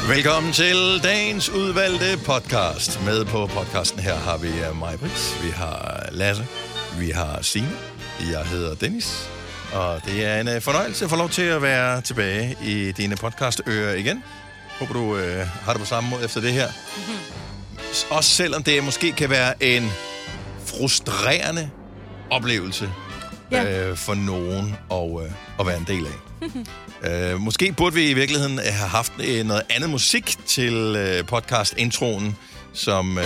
Velkommen til dagens udvalgte podcast. Med på podcasten her har vi mig, Britt, vi har Lasse, vi har Signe, jeg hedder Dennis. Og det er en fornøjelse at få lov til at være tilbage i dine podcastører igen. Håber du har det på samme måde efter det her. Mm-hmm. Også selvom det måske kan være en frustrerende oplevelse for nogen at være en del af. Måske burde vi i virkeligheden have haft noget andet musik til podcast-introen, som...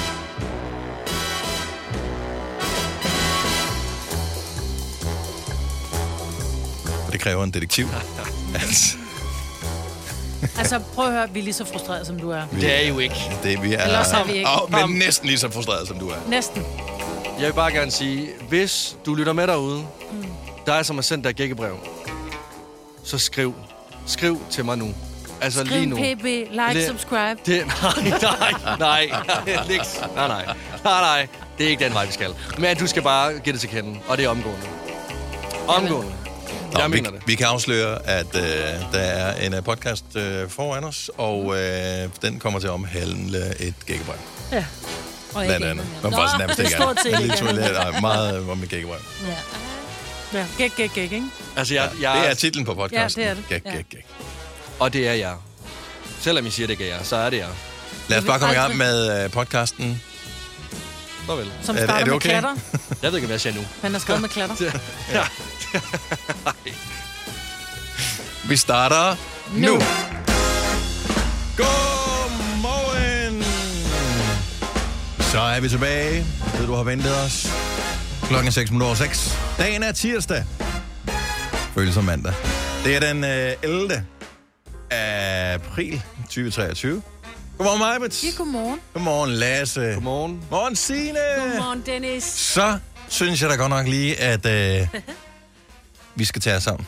det kræver en detektiv. Altså, prøv at høre, vi er lige så frustrerede, som du er. Det er I jo ikke. Vi er, ellers er vi ikke. Men næsten lige så frustreret, som du er. Næsten. Jeg vil bare gerne sige, hvis du lytter med derude, dig som har sendt dig gækkebrev, så skriv til mig nu. Altså skriv lige nu. PB, like, subscribe. Nej. Det er ikke den vej, vi skal. Men du skal bare give det til kende, og det er omgående. Omgående. Jeg mener det. Vi kan afsløre, at der er en podcast foran os, og den kommer til at omhandle et gækkebrev. Ja. Blandt andet. Men faktisk nærmest ikke andet. Meget om et gækkebrev. Ja, gæk, ikke? Altså, det er titlen på podcasten. Ja, det er det. Gæk. Og det er jeg. Selvom I siger, det ikke er jeg, så er det jeg. Lad os bare komme i gang med podcasten. Farvel. Som starter med okay? klatter. Jeg ved ikke, hvad jeg siger nu. Han er skrevet med klatter. Ja. Vi starter nu. Godmorgen. Så er vi tilbage. Ved du har ventet os. Klokken er 6:06. Dagen er tirsdag. Føles som mandag. Det er den 11. april 2023. Godmorgen, Majbet. Ja, godmorgen. Godmorgen, Lasse. Godmorgen. Godmorgen, Signe. Godmorgen, Dennis. Så synes jeg da godt nok lige, at vi skal tage os sammen.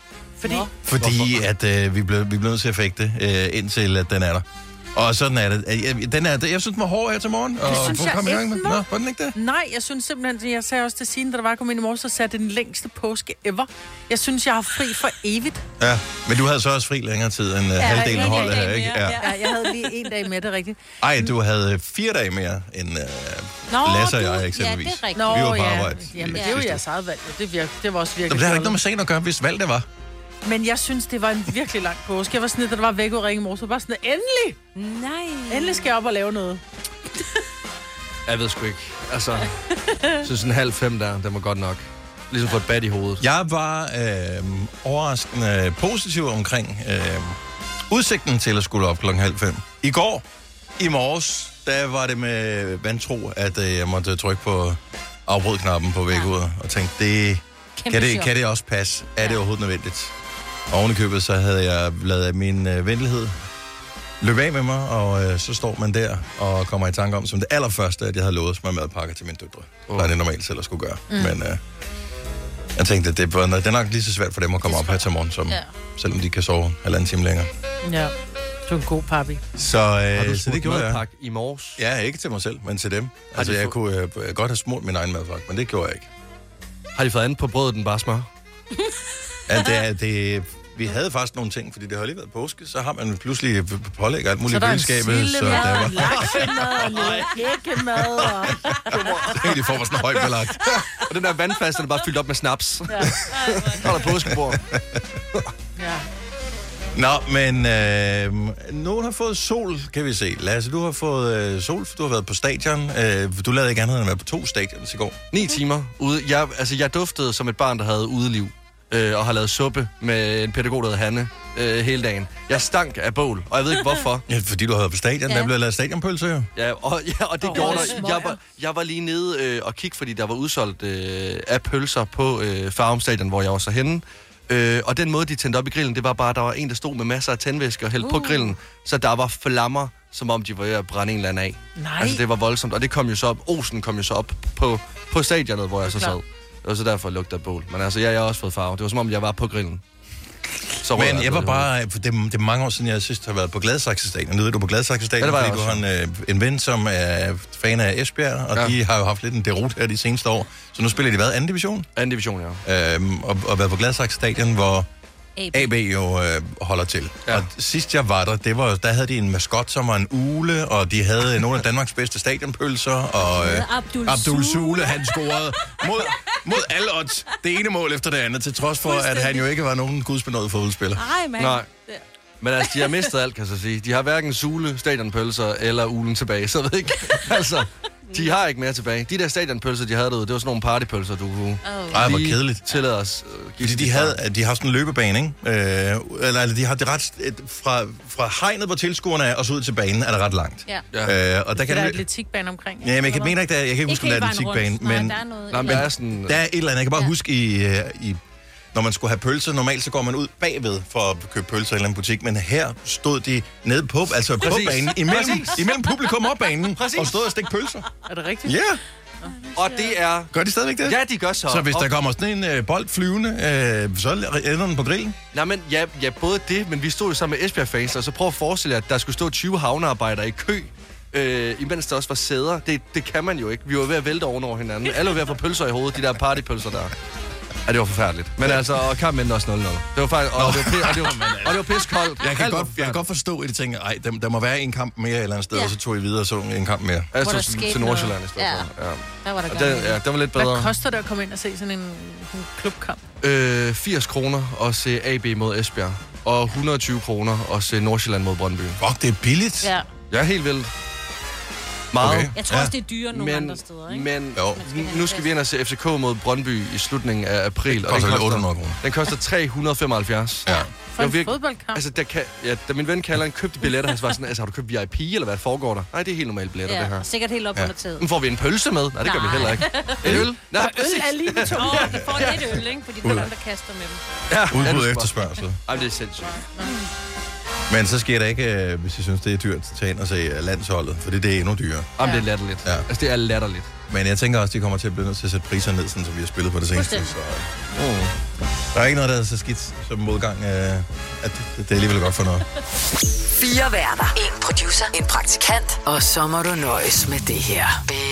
Fordi at vi blev nødt til at fægte, indtil at den er der. Og sådan er det. Jeg synes, den var hård her til morgen. Og det synes jeg ikke. Nå, var den ikke det? Nej, jeg synes simpelthen, jeg sagde også til Signe, da der var kommet ind i morges, så sagde det den længste påske ever. Jeg synes, jeg har fri for evigt. Ja, men du havde så også fri længere tid end halvdelen af holdet her, ikke? Ja, jeg havde lige en dag med det rigtigt. Ej, du havde 4 dage mere end Lasse og jeg eksempelvis. Ja, det er rigtigt. Nå, Vi var på arbejde. Jamen, det er jo jeres eget valg. Det var også virkelig. Det har ikke noget med sagen at gøre, hvis valg det var. Men jeg synes, det var en virkelig lang påske. Jeg var sådan, da der var væk og ringe i morges, så var sådan, endelig! Nej. Endelig skal jeg op og lave noget. Jeg ved sgu ikke. Altså, synes en 4:30 der, den var godt nok. Ligesom få et bad i hovedet. Jeg var overraskende positiv omkring udsigten til at skulle op 4:30. I går, i morges, der var det med vantro, at jeg måtte trykke på afbrydknappen på vækkeuret og tænkte, kan det også passe? Er det overhovedet nødvendigt? Og oven i købet, så havde jeg ladet min venlighed løbe af med mig, og så står man der og kommer i tanke om, som det allerførste, at jeg havde lovet mig madpakker til mine døtre. Det er det normalt selv at skulle gøre. Men jeg tænkte, at det er nok lige så svært for dem at komme op her til morgen, som, selvom de kan sove 1,5 time længere. Ja, du er en god papi. Så det gjorde jeg. I morges? Ja, ikke til mig selv, men til dem. Altså, jeg kunne godt have smurt min egen madpakke, men det gjorde jeg ikke. Har de fået andet på brødet end bare smør? Ja, vi havde faktisk nogle ting, fordi det har lige været påske, så har man pludselig pålæg og alt muligt i køleskabet. Så der var laksemad og hækkemad og... de får mig sådan højt belagt. Og den der vandflaske, der bare fyldt op med snaps. Ja. Og der påskebord. Ja. Nå, men nogen har fået sol, kan vi se. Lasse, du har fået sol, for du har været på stadion. Du lavede ikke andet end at være på 2 stadions i går. 9 timer ude. Jeg duftede som et barn, der havde udeliv. Og har lavet suppe med en pædagog, der hedder Hanne, hele dagen. Jeg stank af bål, og jeg ved ikke hvorfor. Ja, fordi du har været på stadion. Der blev lavet stadionpølse, jo. Ja, og det gjorde der. Jeg var lige nede og kigge, fordi der var udsolgt af pølser på Farum Stadion, hvor jeg var så henne. Og den måde, de tændte op i grillen, det var bare, der var en, der stod med masser af tændvæske og hældte på grillen. Så der var flammer, som om de var ved at brænde en eller anden af. Nej. Altså, det var voldsomt. Og det kom jo så op. Osen kom jo så op på stadionet, hvor jeg så sad. Det var så derfor, jeg lugtede af bål. Men altså, jeg har også fået farve. Det var som om, jeg var på grillen. Men jeg var bare... Det er mange år siden, jeg sidst har været på Gladsaxe Stadion. Nu ved du på Gladsaxe Stadion, fordi du har en ven, som er fan af Esbjerg, og de har jo haft lidt en derut her de seneste år. Så nu spiller de hvad? 2. division? 2. division, ja. Og været på Gladsaxe Stadion, hvor AB jo holder til. Ja. Og sidst jeg var der havde de en maskot, som var en ule, og de havde nogle af Danmarks bedste stadionpølser, og Abdul Sule, han scorede mod alle odds det ene mål efter det andet, til trods for, at han jo ikke var nogen gudsbenådet fodboldspiller. Nej. Men altså, de har mistet alt, kan jeg så sige. De har hverken Sule, stadionpølser eller ulen tilbage, så ved jeg ikke. Altså, de har ikke mere tilbage. De der stadionpølser, de havde derude, det var sådan nogle partypølser, du kunne hvor kedeligt. tillade os. Fordi de har sådan en løbebane, ikke? Eller de har det ret... Fra hegnet, hvor tilskuerne er, og så ud til banen, er det ret langt. Ja. Og der kan der er atletikbane omkring. Ja, men jeg mener ikke, jeg kan ikke huske, om der er atletikbane. Men der er sådan... Der er et eller andet. Jeg kan bare huske i når man skulle have pølser, normalt så går man ud bagved for at købe pølser i en eller anden butik, men her stod de nede på banen, imellem publikum og banen, og stod og stikte pølser. Er det rigtigt? Ja. Og det er... Gør de stadigvæk det? Ja, de gør så. Så hvis der kommer sådan en bold flyvende, så ender den på grillen? Nej, men ja, både det, men vi stod jo sammen med Esbjerg-fans, og så prøv at forestille jer, at der skulle stå 20 havnearbejdere i kø, imens der også var sæder. Det kan man jo ikke. Vi var ved at vælte ovenover hinanden. Alle var ved at få pølser i hovedet, de der partypølser der. Ja, det var forfærdeligt. Men altså, og kampen endte også 0-0. Det var faktisk... Og det var piskoldt. Jeg kan godt forstå, at de tænker, ej, der må være en kamp mere et eller andet sted, og så tog I videre og så en kamp mere. Jeg stod til Nordsjælland i stedet for. Ja, der var der gang. Det var lidt bedre. Hvad koster det at komme ind og se sådan en klubkamp? 80 kroner at se AB mod Esbjerg. Og 120 kroner at se Nordsjælland mod Brøndby. Fuck, det er billigt. Ja. Ja, helt vildt. Meget. Okay. Jeg tror også, det er dyrere nogle andre steder, ikke? Men nu skal vi ind og se FCK mod Brøndby i slutningen af april. Det koster lidt 800 kroner. Den koster 375. Ja. For en fodboldkamp? Altså, da min ven kalder, han købte billetter, han var sådan, altså, har du købt VIP, eller hvad foregår der? Nej, det er helt normale billetter, det her. Sikkert helt op under taget. Nu får vi en pølse med. Nej, det gør vi heller ikke. En øl? Nej, øl er lige med to. De får lidt øl, ikke? Fordi der er nogen, der kaster med dem. Udbud efterspørgsel. Ej, det er sindssygt. Men så sker det ikke, hvis I synes, det er dyrt, til ind og se landsholdet, for det er endnu dyrere. Jamen, det er latterligt. Ja. Altså, det er latterligt. Men jeg tænker også, de kommer til at blive nødt til at sætte priser ned, sådan, som vi har spillet på det seneste. Så, der er ikke noget, der er så skidt som modgang, at det er alligevel godt for noget. 4 værter. 1 producer. 1 praktikant. Og så må du nøjes med det her.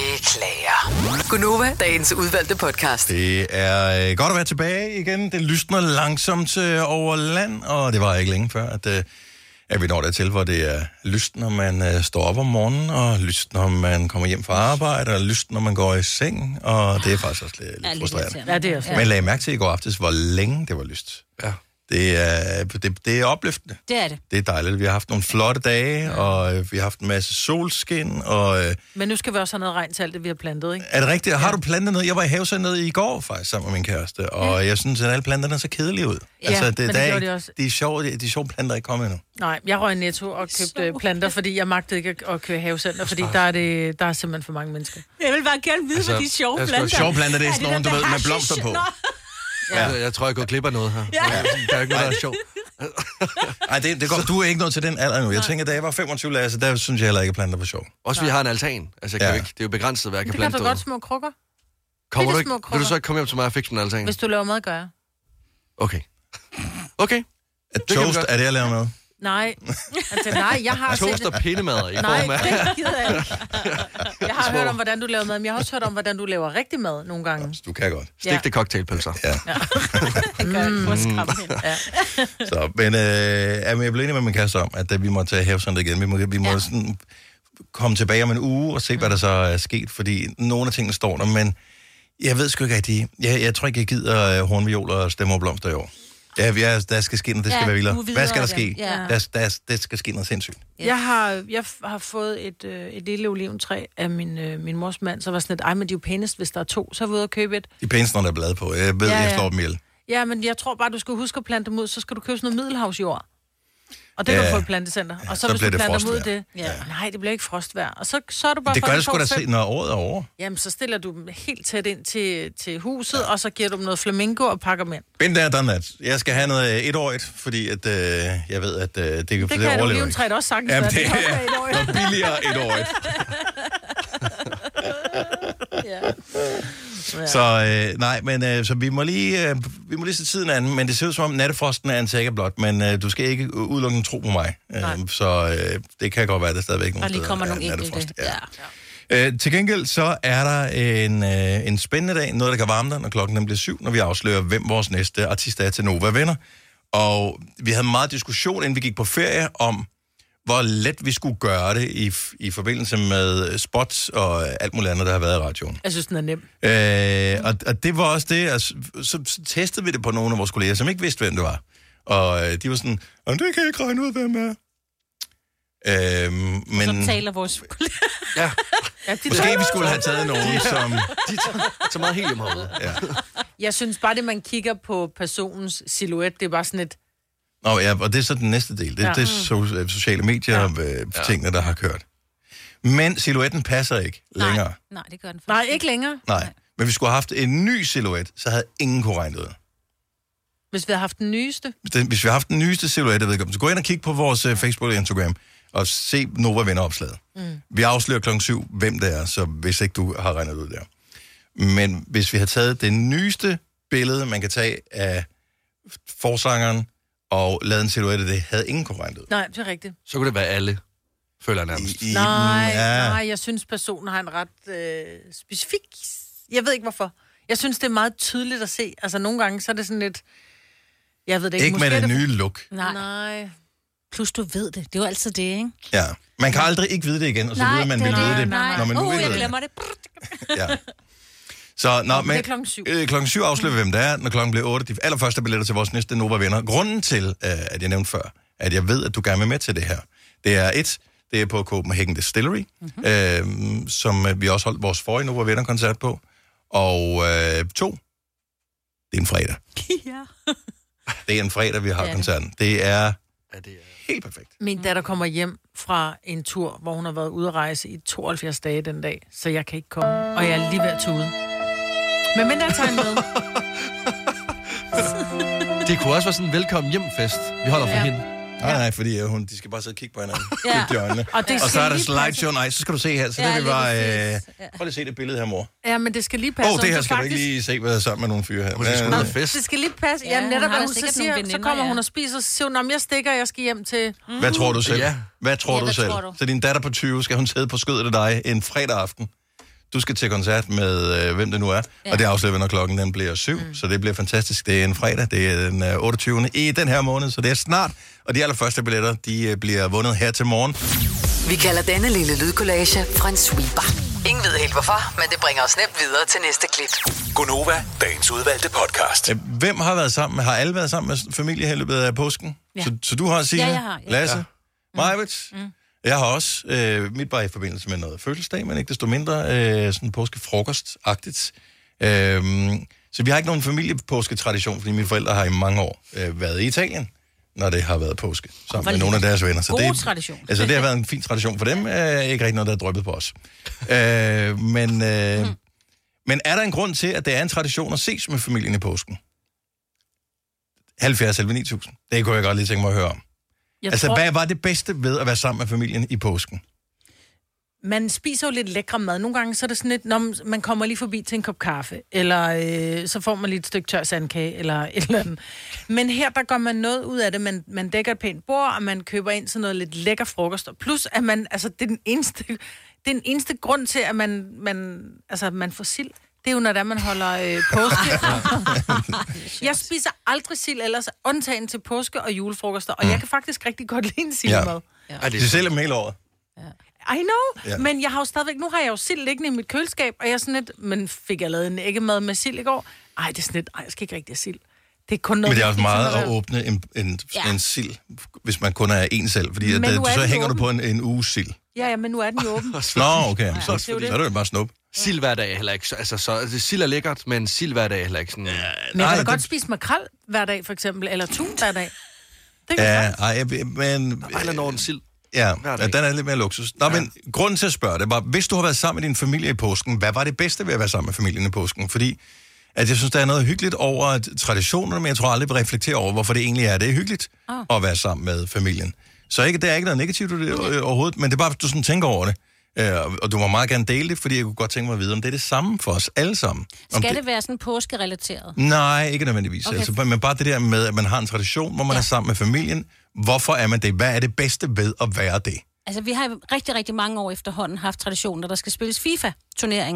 Beklager. Gunova, dagens udvalgte podcast. Det er godt at være tilbage igen. Det lysner langsomt over land, og det var ikke længe før, at vi når dertil, hvor det er lyst, når man står op om morgenen, og lyst, når man kommer hjem fra arbejde, og lyst, når man går i seng, og det er faktisk også lidt frustrerende. Ja, det er også. Men lagde mærke til i går aftes, hvor længe det var lyst. Ja. Det er opløftende. Det er det. Det er dejligt. Vi har haft nogle flotte dage, og vi har haft en masse solskin, og... Men nu skal vi også have noget regn til alt det, vi har plantet, ikke? Er det rigtigt? Har du plantet noget? Jeg var i havecenteret i går, faktisk, sammen med min kæreste, og jeg synes, at alle planterne er så kedelige ud. Ja, men det gjorde de også. De sjove planter er ikke kommet endnu. Nej, jeg røg i Netto og købte planter, fordi jeg magtede ikke at køre havecenter, fordi der er simpelthen for mange mennesker. Jeg vil bare gerne vide, hvad de sjove planter. Sjove planter, det er sådan nogle, du ved, med blomster på. Ja. Jeg tror, jeg går glip af noget her. Ja. Der er ikke noget, der er sjovt. Nej, det går, du er ikke nået til den alder nu. Jeg tænker, da jeg var 25, Lasse, der synes jeg heller ikke, at planter var sjov. Også vi har en altan. Altså, jeg kan jo ikke, det er jo begrænset, hvad jeg kan plante. Det kan du godt små krukker. Kommer du ikke? Vil du så ikke komme hjem til mig og fikse en altan? Hvis du laver mad, gør jeg. Okay. Okay. Toast, er det, jeg laver mad? Nej. Altså, nej, jeg har toast og pindemader i form af... Nej, det gider jeg ikke. Jeg har hørt om, hvordan du laver mad, men jeg har også hørt om, hvordan du laver rigtig mad nogle gange. Du kan godt. Stegte cocktailpølser. Ja. Det gør jeg. Så, men jeg blev enig med min kæreste om, at vi må tage havecenteret igen. Vi må sådan komme tilbage om en uge og se, hvad der så er sket, fordi nogle af tingene står der, men jeg ved sgu ikke rigtig. Jeg tror ikke, jeg gider hornvioler og stemmer og blomster i år. Ja, der skal ske noget, det skal være vildere. Hvad skal der ske? Ja. Der skal ske noget sindssygt. Ja. Jeg har fået et lille oliventræ af min mors mand, så var sådan et, men de er jo pænest, hvis der er 2, så er vi ude og købe et. De pæneste, når der er blade på. Jeg ved, jeg slår dem ihjel. Ja, men jeg tror bare, du skal huske at plante dem ud, så skal du købe sådan noget middelhavsjord. Og det kan du få et plantecenter. Og så hvis du planter mod det... Ja. Nej, det bliver ikke frostvejr. Og så er du bare... Det gør det sgu da se, når året er over. Jamen, så stiller du dem helt tæt ind til huset, og så giver du dem noget flamingo og pakker dem ind. Been there, done that. Jeg skal have noget 1-årigt, fordi at, jeg ved, at det kan det kan oliventræet også sagtens være. Det er noget billigere 1-årigt. Så nej, men så vi må lige se tiden an, men det ser ud som om nattefrosten er en sikker blot, men du skal ikke udelukkende tro på mig. Så det kan godt være, at der stadigvæk nogle steder lige kommer nogle enkelte. Ja. Til gengæld så er der en spændende dag, noget der kan varme dig, når klokken bliver 7, når vi afslører, hvem vores næste artist er til Nova Venner. Og vi havde meget diskussion, inden vi gik på ferie, om hvor let vi skulle gøre det i forbindelse med spots og alt muligt andet, der har været i radioen. Jeg synes, den er nem. Og det var også det, altså, så testede vi det på nogle af vores kolleger, som ikke vidste, hvem det var. Og de var sådan, det kan jeg ikke regne ud, hvem er. Men... Så taler vores kolleger. Ja. Måske vi skulle have taget nogen, som... De tager meget helium herude. Ja. Jeg synes bare, det man kigger på personens silhuet, det er bare sådan et... Nå ja, og det er så den næste del. Det er sociale medier og tingene, der har kørt. Men silhuetten passer ikke længere. Nej, det gør den faktisk. Nej, ikke længere. Nej, men vi skulle have haft en ny silhuet, så havde ingen kunne regne det ud. Hvis vi havde haft den nyeste. Hvis vi havde haft den nyeste silhuet, så gå ind og kig på vores Facebook og Instagram, og se Nova Venner-opslaget. Vi afslører 7:00, hvem det er, så hvis ikke du har regnet ud der. Men hvis vi havde taget det nyeste billede, man kan tage af forsangeren, og lavet en silhuette, det havde ingen kunne regne ud. Nej, det er rigtigt. Så kunne det være alle, føler jeg nærmest. Nej, jeg synes, personen har en ret specifik... Jeg ved ikke, hvorfor. Jeg synes, det er meget tydeligt at se. Altså, nogle gange, så er det sådan lidt... Jeg ved det ikke. Ikke med det nye look. Nej. Plus, du ved det. Det er jo altid det, ikke? Ja. Man kan aldrig ikke vide det igen, og så videre, man vil vide det, når man nu ved det. Jeg glemmer det. Ja. Så, men det er 7:00. 7:00 afslører vi, hvem det er, når klokken bliver 8. De allerførste billetter til vores næste Nova Venner. Grunden til, at jeg nævnte før, at jeg ved, at du gerne vil med til det her, det er på Copenhagen Distillery, som vi også holdt vores forrige Nova Venner-koncert på. Og 2, det er en fredag. Ja. Det er en fredag, vi har koncerten. Det er helt perfekt. Min datter kommer hjem fra en tur, hvor hun har været ude at rejse i 72 dage den dag, så jeg kan ikke komme, og jeg er lige ved at tude. Men mindre jeg tager med. Det kunne også være sådan en velkommen hjemfest, vi holder for hende. Nej, fordi de skal bare sidde og kigge på hinanden. Ja. I øjnene. Og så er der slideshow. Nej, så skal du se her. Så det vil bare... Prøv lige at se det billede her, mor. Ja, men det skal lige passe. Det her skal du ikke lige se, hvad der er sammen med nogle fyre her. Det skal lige passe. Ja, netop, så kommer hun og spiser, og så siger hun, jeg stikker, jeg skal hjem til... Hvad tror du selv? Hvad tror du selv? Tror du? Så din datter på 20, skal hun sidde på skødet af dig en fredag aften. Du skal til koncert med, hvem det nu er. Ja. Og det afslører vi, når klokken den bliver 7. Så det bliver fantastisk. Det er en fredag. Det er den 28. i den her måned, så det er snart. Og de allerførste billetter, de bliver vundet her til morgen. Vi kalder denne lille lydkollage en sweeper. Ingen ved helt hvorfor, men det bringer os nemt videre til næste klip. Gonova, dagens udvalgte podcast. Hvem har været sammen? Har alle været sammen med familie her i løbet af påsken? Ja. Så du har, Signe? Ja, jeg har. Ja. Lasse? Majvits? Jeg har også. Mit var i forbindelse med noget fødselsdag, men ikke desto mindre sådan påskefrokostagtigt. Så vi har ikke nogen familiepåsketradition, fordi mine forældre har i mange år været i Italien, når det har været påske, sammen med nogle af deres venner. Så god det, tradition. Altså, det har været en fin tradition for dem. Ikke rigtig noget, der er drøbet på os. Men er der en grund til, at det er en tradition at ses med familien i påsken? 70 11 9000. Det kunne jeg godt lige tænke mig at høre om. Hvad var det bedste ved at være sammen med familien i påsken? Man spiser jo lidt lækre mad. Nogle gange så er det sådan lidt, når man kommer lige forbi til en kop kaffe, eller så får man lige et stykke tør sandkage, eller et eller andet. Men her, der gør man noget ud af det. Man dækker et pænt bord, og man køber ind sådan noget lidt lækker frokost. Og plus, at man, altså det er den eneste grund til, at man får sild. Det er jo, når man holder påske. Jeg spiser aldrig sild ellers, undtagen til påske og julefrokoster, og jeg kan faktisk rigtig godt lide en sildmad. Ja. Det er selv med hele året. I know, men jeg har jo stadigvæk, nu har jeg jo sild liggende i mit køleskab, og jeg er sådan lidt, men fik jeg lavet en æggemad med sild i går? Ej, det er sådan lidt, jeg skal ikke rigtig have sild. Det er kun noget, men det er også meget at åbne en sild, hvis man kun er en selv, fordi så hænger du på en uges sild. Ja, men nu er den jo åben. Nå, okay, så er det jo bare snup. Sild hver dag er heller ikke, sild er lækkert, men sild hver dag er heller ikke sådan... Men jeg kan godt spise makrel hver dag, for eksempel, eller tun hver dag. Det kan men... Eller når en sild. Ja, den er lidt mere luksus. Men grunden til at spørge det var, hvis du har været sammen med din familie i påsken, hvad var det bedste ved at være sammen med familien i påsken? Fordi at jeg synes, der er noget hyggeligt over traditionerne, men jeg tror aldrig, vi reflekterer over, hvorfor det egentlig er. Det er hyggeligt at være sammen med familien. Så der er ikke noget negativt overhovedet, men det er bare, at du sådan tænker over det. Og du må meget gerne dele det, fordi jeg kunne godt tænke mig at vide, om det er det samme for os alle sammen. Skal det være sådan påskerelateret? Nej, ikke nødvendigvis. Okay. Altså, men bare det der med, at man har en tradition, hvor man er sammen med familien. Hvorfor er man det? Hvad er det bedste ved at være det? Altså, vi har rigtig, rigtig mange år efterhånden haft traditioner, der skal spilles FIFA-turnering.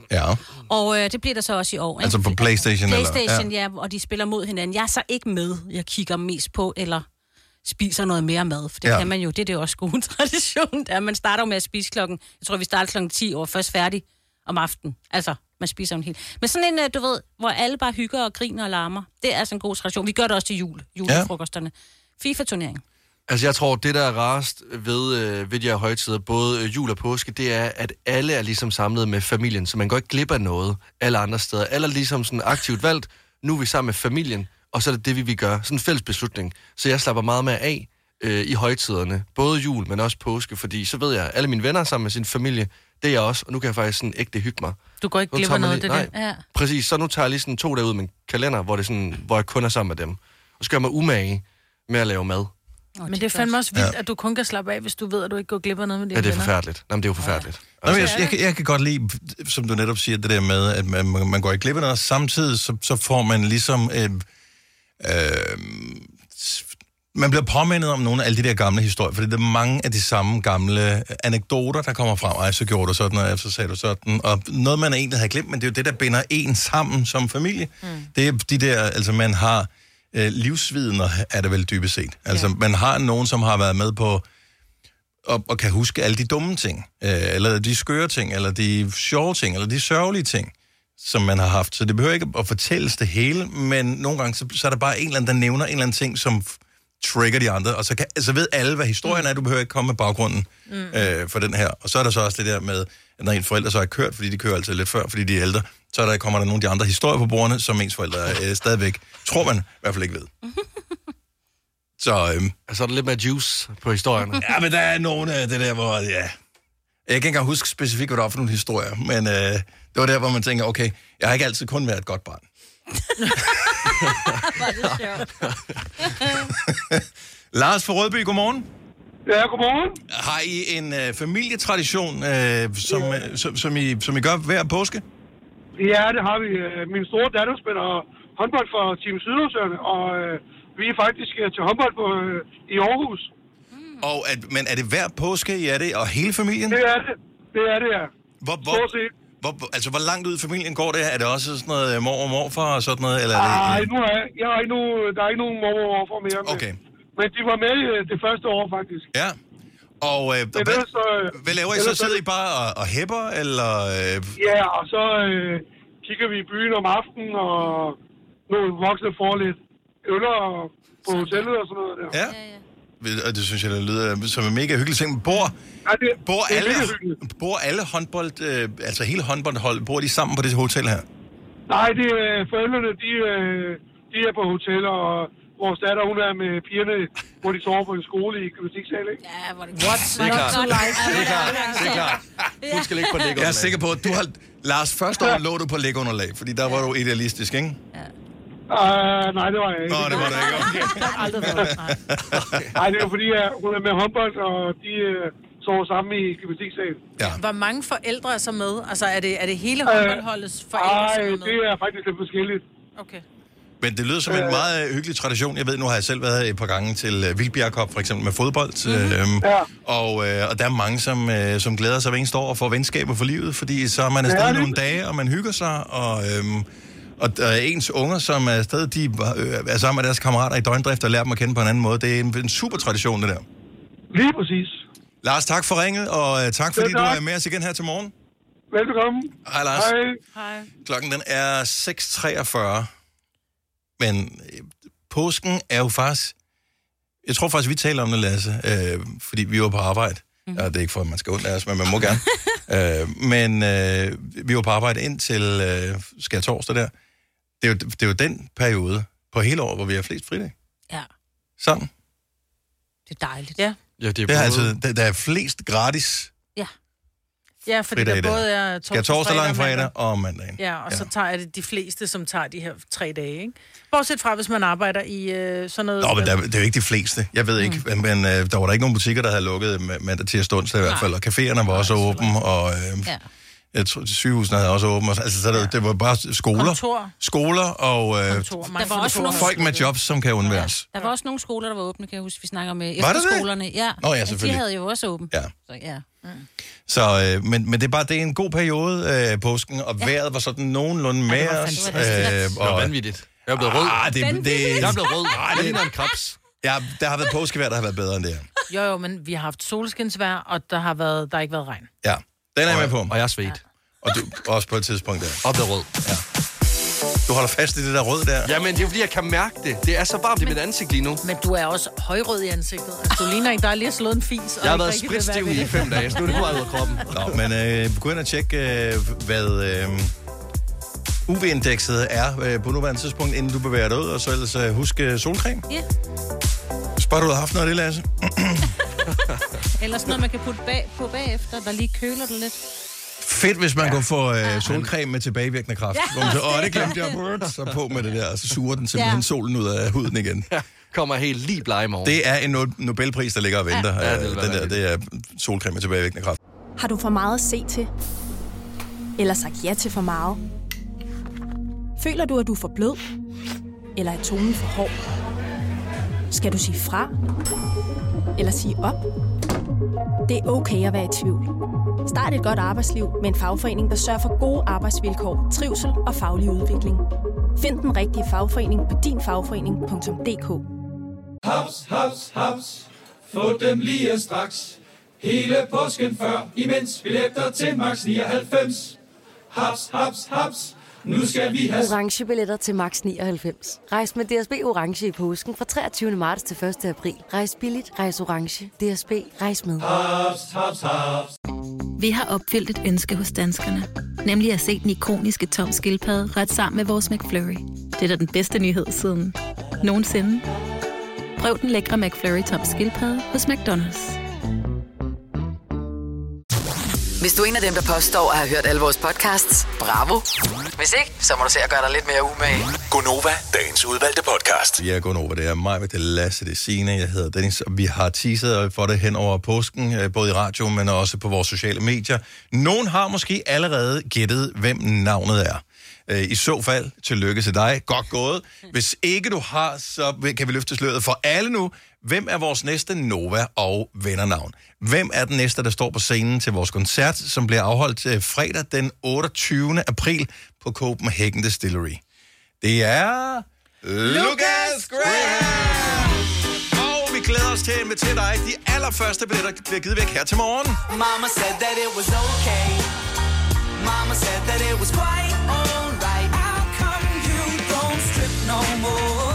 Ja. Og det bliver der så også i år. Ikke? Altså på PlayStation? PlayStation, ja, og de spiller mod hinanden. Jeg er så ikke med. Jeg kigger mest på, eller spiser noget mere mad, for det kan man jo. Det er jo også god tradition. Man starter jo med at spise klokken, jeg tror, vi starter klokken 10 og først færdig om aftenen. Altså, man spiser en hel. Men sådan en, du ved, hvor alle bare hygger og griner og larmer, det er altså en god tradition. Vi gør det også til julefrokosterne. FIFA-turnering. Altså, jeg tror, det der er rarest ved de her højtider, både jul og påske, det er, at alle er ligesom samlet med familien, så man går ikke glip af noget alle andre steder. Alle er ligesom sådan aktivt valgt, nu er vi sammen med familien, og så er det det, vi gør. Sådan en fælles beslutning. Så jeg slapper meget mere af i højtiderne. Både jul, men også påske, fordi så ved jeg, alle mine venner sammen med sin familie, det er jeg også, og nu kan jeg faktisk sådan ægte hygge mig. Du går ikke glip af noget, det der? Ja. Præcis, så nu tager jeg lige sådan 2 dage ud med min kalender, hvor jeg kun er sammen med dem. Og så gør jeg mig umage med at lave mad. Men det er fandme også vildt, at du kun kan slappe af, hvis du ved, at du ikke går glip af noget med dine venner. Ja, det er forfærdeligt. Jamen, det er jo forfærdeligt. Ja. Altså. Jeg kan godt lide, som du netop siger, det der med, at man går ikke glip af noget, samtidig så får man ligesom... man bliver påmindet om nogle af alle de der gamle historier, fordi der er mange af de samme gamle anekdoter, der kommer frem. Ej, så gjorde du sådan, og så sagde du sådan. Og noget, man egentlig havde glemt, men det er jo det, der binder en sammen som familie. Det er de der, altså man har... livsvidner er det vel dybest set. Altså, man har nogen, som har været med på og kan huske alle de dumme ting, eller de skøre ting, eller de sjove ting, eller de sørgelige ting, som man har haft. Så det behøver ikke at fortælles det hele, men nogle gange, så er der bare en eller anden, der nævner en eller anden ting, som trigger de andre, og så ved alle, hvad historien er. Du behøver ikke komme med baggrunden for den her. Og så er der så også det der med, at når en forældre så er kørt, fordi de kører altid lidt før, fordi de er ældre, så kommer der nogle af de andre historier på bordene, som ens forældre stadigvæk, tror man i hvert fald ikke ved. Så er der lidt mere juice på historierne. Ja, men der er nogle af det der, hvor, ja... Jeg kan ikke engang huske specifikt, hvad der var for nogle historier, men det var der, hvor man tænker, okay, jeg har ikke altid kun været et godt barn. Var det sjovt. Lars fra Rødby, godmorgen. Ja, godmorgen. Har I en familietradition, som I gør hver påske? Ja, det har vi. Min store datter spiller håndbold for Team Sydøserne, og vi er faktisk til håndbold i Aarhus. Men er det hver påske, I er det, og hele familien? Det er det. Det er det, ja. Hvor langt ud i familien går det? Er det også sådan noget mor og morfar og sådan noget? Eller nej, der er ikke nogen mor og morfar mere med. Okay. Men de var med det første år, faktisk. Ja. Og hvad laver I så? Sidder I bare og hæpper, eller? Ja, og så kigger vi i byen om aftenen, og nogle voksne får lidt øller på hotellet og sådan noget der. Ja. Og det synes jeg, det lyder som en mega hyggelig ting. Bor alle håndbold, altså hele håndboldholdet, bor de sammen på det hotel her? Nej, det er forældrene, de er på hotel, og vores datter, hun er med pigerne, hvor de sover på en skole i gymnastiksal, ikke? Ja, hvor det Det er klart. Hun skal ligge på lægunderlag. Jeg er sikker på, at du har... Lars, første år lå du på lægunderlag, fordi der var du idealistisk, ikke? Ja. Nej, det var jeg ikke. Nå, det var det ikke. Okay. Nej, det er fordi, hun er med håndbold, og de sover sammen i gymnastiksalen. Ja. Hvor mange forældre er så med? Altså, er det hele håndboldholdets forældre, som er med? Nej, det er faktisk lidt forskelligt. Okay. Men det lyder som en meget hyggelig tradition. Jeg ved, nu har jeg selv været et par gange til Vildbjerg Cup, for eksempel med fodbold. Og der er mange, som glæder sig hver eneste år og får venskaber for livet, fordi så er man afsted nogle dage, og man hygger sig, og ens unger, som er afsted, de er sammen med deres kammerater i døgndrift og lærer dem at kende på en anden måde. Det er en super tradition, det der. Lige præcis. Lars, tak for ringet, og tak fordi du er med os igen her til morgen. Velbekomme. Hej, Lars. Hej. Klokken den er 6:43. Men påsken er jo faktisk... Jeg tror faktisk, vi taler om det, Lasse, fordi vi var på arbejde. Ja, det er ikke for, at man skal undre os, men man må gerne. Vi var på arbejde indtil skærtorsdag der. Det er jo den periode på hele året, hvor vi har flest fridag. Ja. Sådan. Det er dejligt. Ja. Ja, det er altså, der er flest gratis. Ja, fordi der både er torsdag, langfredag og mandag. Ja, og så tager det de fleste, som tager de her 3 dage, ikke? Bortset fra, hvis man arbejder i sådan noget... Nå, men det er jo ikke de fleste. Jeg ved ikke, men der var der ikke nogen butikker, der havde lukket mandag til onsdag i hvert fald, og caféerne var også åbne, og Jeg tror, sygehusene havde også åbent. Altså, så det var bare skoler og Der var også folk med jobs, som kan undværes. Der var også nogle skoler, der var åbne, kan jeg huske, vi snakker om efterskolerne. Ja, ja, selvfølgelig. De havde jo også åbent. Ja. Så, ja. Så, men det er en god periode, påsken, og vejret var sådan nogenlunde med os. Det var vanvittigt. Jeg er blevet rød. Jeg er blevet rød. Jeg ligner en krebs. Ja, der har været påskevejr, der har været bedre end det her. Jo, men vi har haft solskinsvejr, og der har ikke været regn. Ja, den er jeg med på. Og jeg er svedt. Og du også på et tidspunkt der. Og blevet rød. Ja. Du holder fast i det der rød der. Jamen, det er jo fordi, jeg kan mærke det. Det er så varmt i mit ansigt lige nu. Men du er også højrød i ansigtet. Altså, du ligner ikke, der lige har slået en fis. Jeg har været spritstiv i 5 dage, så nu er det bare ud af kroppen. Nå, men gå ind og tjekke, hvad UV-indekset er på nuværende tidspunkt, inden du bevæger dig ud. Og så ellers husk solcreme. Ja. Spørg, du har haft noget af det, Lasse? Eller sådan noget, man kan putte på bagefter, der lige køler det lidt. Fedt, hvis man kunne få solcreme med tilbagevirkende kraft. Ja. Det glemte jeg. Så på med det der, og så suger den simpelthen solen ud af huden igen. Ja. Kommer helt lige bleg i morgen. Det er en Nobelpris, der ligger og venter. Ja, det er solcreme med tilbagevirkende kraft. Har du for meget at se til? Eller sagt ja til for meget? Føler du, at du er for blød? Eller er tonen for hård? Skal du sige fra? Eller sige op? Det er okay at være i tvivl. Start et godt arbejdsliv med en fagforening, der sørger for gode arbejdsvilkår, trivsel og faglig udvikling. Find den rigtige fagforening på dinfagforening.dk. Haps, haps, haps. Få dem lige straks. Hele påsken før, imens billetter til max 99. Haps, haps, haps. Nu skal vi have orange billetter til max 99. Rejs med DSB Orange i påsken fra 23. marts til 1. april. Rejs billigt, rejs orange. DSB, rejs med. haps, haps, haps. Vi har opfyldt et ønske hos danskerne. Nemlig at se den ikoniske Tom Skildpadde ret sammen med vores McFlurry. Det er da den bedste nyhed siden nogensinde. Prøv den lækre McFlurry Tom Skildpadde hos McDonald's. Hvis du er en af dem, der påstår at have hørt alle vores podcasts, bravo. Hvis ikke, så må du se at gøre dig lidt mere umage. Gonova, dagens udvalgte podcast. Vi er Gonova, det er mig, det er Lasse, det er Signe, jeg hedder Dennis, og vi har teaset for det hen over påsken, både i radio, men også på vores sociale medier. Nogen har måske allerede gættet, hvem navnet er. I så fald, tillykke til dig. Godt gået. Hvis ikke du har, så kan vi løfte sløret for alle nu. Hvem er vores næste Nova og vennernavn? Hvem er den næste, der står på scenen til vores koncert, som bliver afholdt fredag den 28. april på Copenhagen Distillery? Det er Lucas Graham! Og vi glæder os til at invitere dig. De allerførste billetter bliver givet væk her til morgen. Mama said that it was okay. Mama said that it was quite alright. How come you don't strip no more?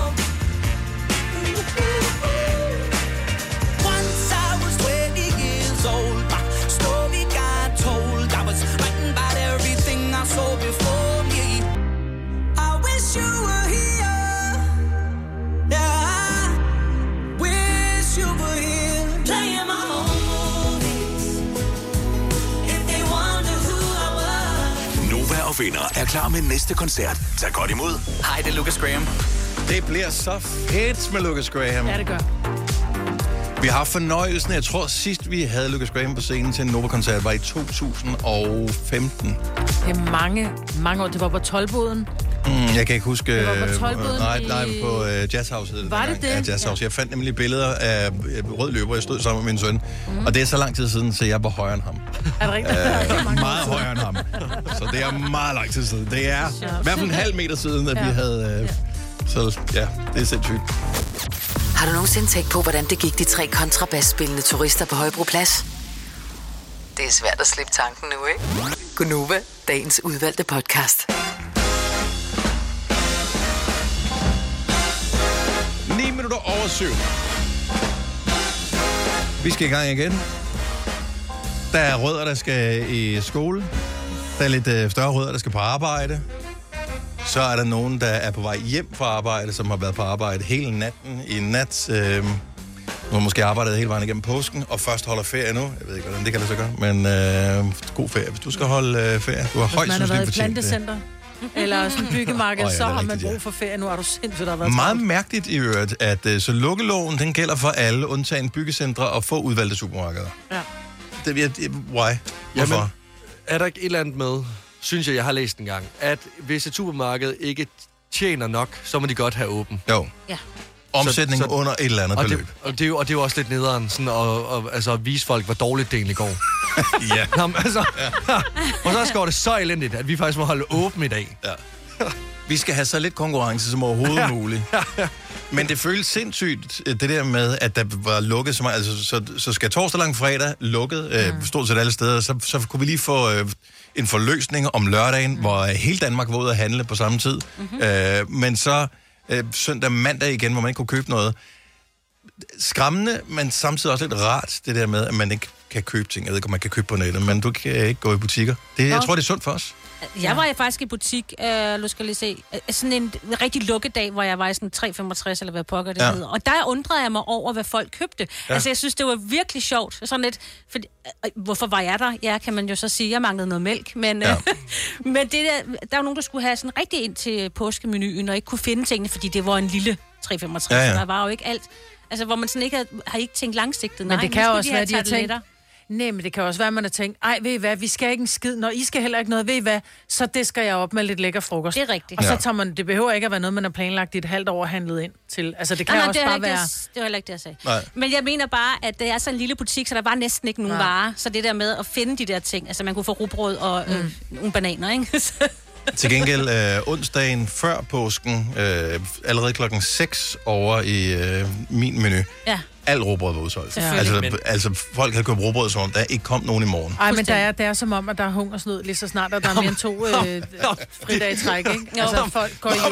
Once I was 20 years old, my story got told. I was frightened by everything I saw before me. I wish you were here. Yeah, I wish you were here. Playing my movies. If they wonder who I was. Nova og venner er klar med næste koncert. Tag godt imod. Hej, det er Lucas Graham. Det bliver så fedt med Lucas Graham. Ja, det gør. Vi har fornøjelsen. Jeg tror, sidst vi havde Lucas Graham på scenen til en Nova-koncert var i 2015. Det er mange år. Det var på Toldboden. Jeg kan ikke huske... Det var på Toldboden nej, på Jazzhouse. Var det det? Ja, Jazzhouse. Jeg fandt nemlig billeder af rød løber. Jeg stod sammen med min søn. Og det er så lang tid siden, så jeg var højere end ham. Er det rigtigt? Meget højere end ham. Så det er meget lang tid siden. Det er i hvert fald en halv meter siden, at vi havde... Så ja, det er sindssygt. Har du nogensinde tænkt på, hvordan det gik de 3 kontrabasspillende turister på Højbroplads? Det er svært at slippe tanken nu, ikke? Gonova, dagens udvalgte podcast. 9 minutter over 7. Vi skal i gang igen. Der er rødder, der skal i skole. Der er lidt større rødder, der skal på arbejde. Så er der nogen, der er på vej hjem fra arbejde, som har været på arbejde hele natten i nat. Nu har måske arbejdet hele vejen igennem påsken, og først holder ferie nu. Jeg ved ikke, hvordan det kan lade sig gøre, men god ferie. Hvis du skal holde ferie, du har højst sandsynligt fortjent det. Hvis man har været i plantecenter, eller sådan en byggemarked, så har man brug for ferie. Nu er du sindssygt, der har været meget mærkeligt i øvrigt, at så lukkeloven, den gælder for alle, undtagen byggecentre og få udvalgte supermarkeder. Ja. Why? Hvorfor? er der ikke et eller andet med, synes jeg har læst en gang, at hvis et supermarked ikke tjener nok, så må de godt have åben. Jo. Ja. Omsætning under et eller andet beløb. Det er jo også lidt nederen, sådan at vise folk, hvor dårligt det egentlig går. Ja. Nå, altså, og så går det så elendigt, at vi faktisk må holde åben i dag. Ja. Vi skal have så lidt konkurrence som overhovedet muligt. Men det føles sindssygt, det der med, at der var lukket så meget. Altså, så skal torsdag lang fredag lukket, stort set alle steder. Så kunne vi lige få en forløsning om lørdagen, hvor hele Danmark var ude at handle på samme tid. Men så søndag mandag igen, hvor man ikke kunne købe noget. Skræmmende, men samtidig også lidt rart, det der med, at man ikke kan købe ting. Jeg ved ikke, om man kan købe på nettet, men du kan ikke gå i butikker. Jeg tror, det er sundt for os. Jeg var faktisk i butik, nu skal jeg lige se, sådan en rigtig lukkedag, hvor jeg var i sådan 365 eller hvad pokker det hedder. Og der undrede jeg mig over, hvad folk købte. Ja. Altså, jeg synes, det var virkelig sjovt. Sådan lidt, hvorfor var jeg der? Ja, kan man jo så sige, jeg manglede noget mælk. Men, men det der var nogen, der skulle have sådan rigtig ind til påskemenuen, og ikke kunne finde tingene, fordi det var en lille 365, så der var jo ikke alt. Altså, hvor man sådan ikke har ikke tænkt langsigtet. Men det kan jo også være, de har tænkt... Nej, men det kan også være, at man har tænkt, ved I hvad, vi skal ikke en skid, når I skal heller ikke noget, ved I hvad, så det skal jeg op med lidt lækker frokost. Det er rigtigt. Og så tager man, det behøver ikke at være noget, man har planlagt i et halvt år handlet ind til. Altså, det kan også bare være... Det var heller ikke det, jeg sagde. Nej. Men jeg mener bare, at det er så en lille butik, så der var næsten ikke nogen varer. Så det der med at finde de der ting, altså man kunne få rugbrød og nogle bananer, ikke? Til gengæld onsdagen før påsken, allerede 6:00 over i min menu. Ja. Alt rugbrød var udsolgt. Altså, folk havde købt rugbrød, som om der ikke kom nogen i morgen. Nej, men det er som om, at der er hungersnød lige så snart, og der er mere end 2 fridage i træk, ikke? Altså, folk går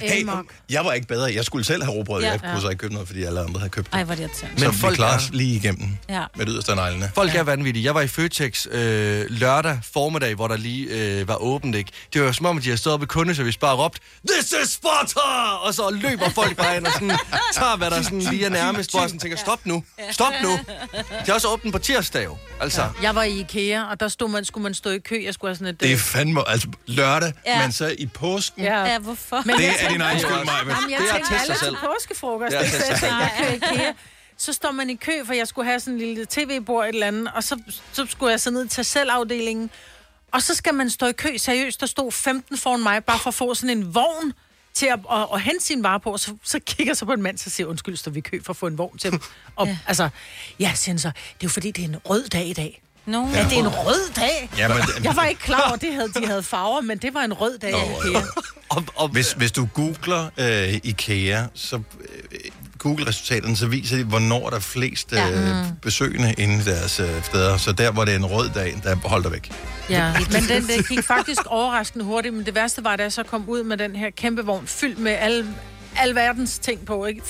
jeg var ikke bedre. Jeg skulle selv have rugbrød. Jeg kunne så ikke købe noget, fordi alle andre havde købt det. Ej, hvor det så vi klarer os lige igennem med det yderste af neglene. Folk er vanvittige. Jeg var i Føtex lørdag formiddag, hvor der lige var åbent, ikke? Det var jo som om, at de havde stået op i kundeservice, bare råbt, "This is Sparta!" Og så løber folk bare ind og sådan, tager, hvad der sådan lige er nærmest, hvor jeg sådan tænker, stop nu. Det er også åbent på tirsdag, altså. Jeg var i IKEA, og der skulle man stå i kø. Jeg skulle have sådan et... Det er fandme, altså lørdag, men så i påsken. Ja, hvorfor? Men det er din egen skyld, Maja. Jeg tænkte alle til påskefrokost. Jeg kører IKEA. Så står man i kø, for jeg skulle have sådan en lille tv-bord et eller andet, og så skulle jeg så ned til selvafdelingen. Og så skal man stå i kø. Seriøst, der stod 15 foran mig, bare for at få sådan en vogn til at hente sin vare på, og så kigger jeg så på en mand, så siger, undskyld, står vi i kø for at få en vogn til og, altså, siger så, det er jo fordi, det er en rød dag i dag. No. Ja, det er en rød dag. Ja, men jeg var ikke klar over, de havde farver, men det var en rød dag i IKEA. Hvis du googler IKEA, så Google-resultaterne, så viser de, hvornår der er flest besøgende inde i deres steder. Så der, hvor det er en rød dag, der holder væk. Ja, men det gik faktisk overraskende hurtigt, men det værste var, da jeg så kom ud med den her kæmpe vogn, fyldt med alle verdens ting på, ikke?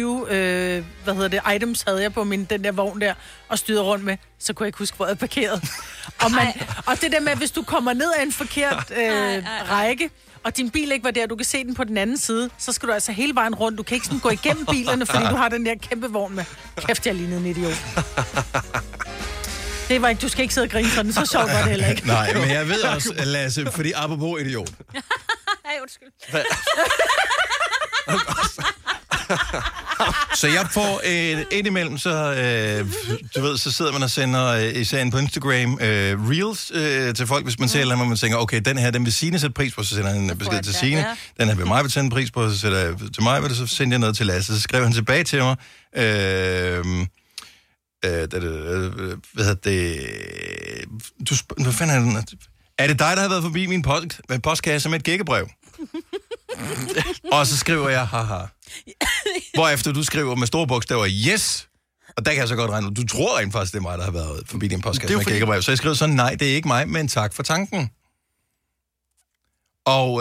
24 items havde jeg på den der vogn der, og styrede rundt med, så kunne jeg ikke huske, hvor jeg havde parkeret. Og det der med, hvis du kommer ned af en forkert række, og din bil ikke var der, du kan se den på den anden side, så skal du altså hele vejen rundt. Du kan ikke sådan gå igennem bilerne, fordi du har den der kæmpe vogn med. Kæft, jeg lignede en idiot. Det var ikke, du skal ikke sidde og grine sådan, så sjovt var det heller ikke. Nej, men jeg ved også, Lasse, fordi apropos idiot. Ej, undskyld. Så jeg får et imellem, så du ved, så sidder man og sender især på Instagram reels til folk, hvis man ser eller man tænker, okay, den her, den vil Signe sætte pris på, så sender han en besked til Signe. Den her vil mig vil sætte pris på, så sætter jeg til mig, så sender jeg noget til Lasse. Så skriver han tilbage til mig, hvad hedder det, hvad fanden er det? Er det dig, der har været forbi min postkasse med et gækkebrev? Og så skriver jeg, haha. Hvorefter du skriver med store bogstaver, yes. Og der kan jeg så godt regne ud. Du tror rent faktisk, det er mig, der har været forbi din postkasse med et gækkebrev. Så jeg skriver sådan, nej, det er ikke mig, men tak for tanken. Og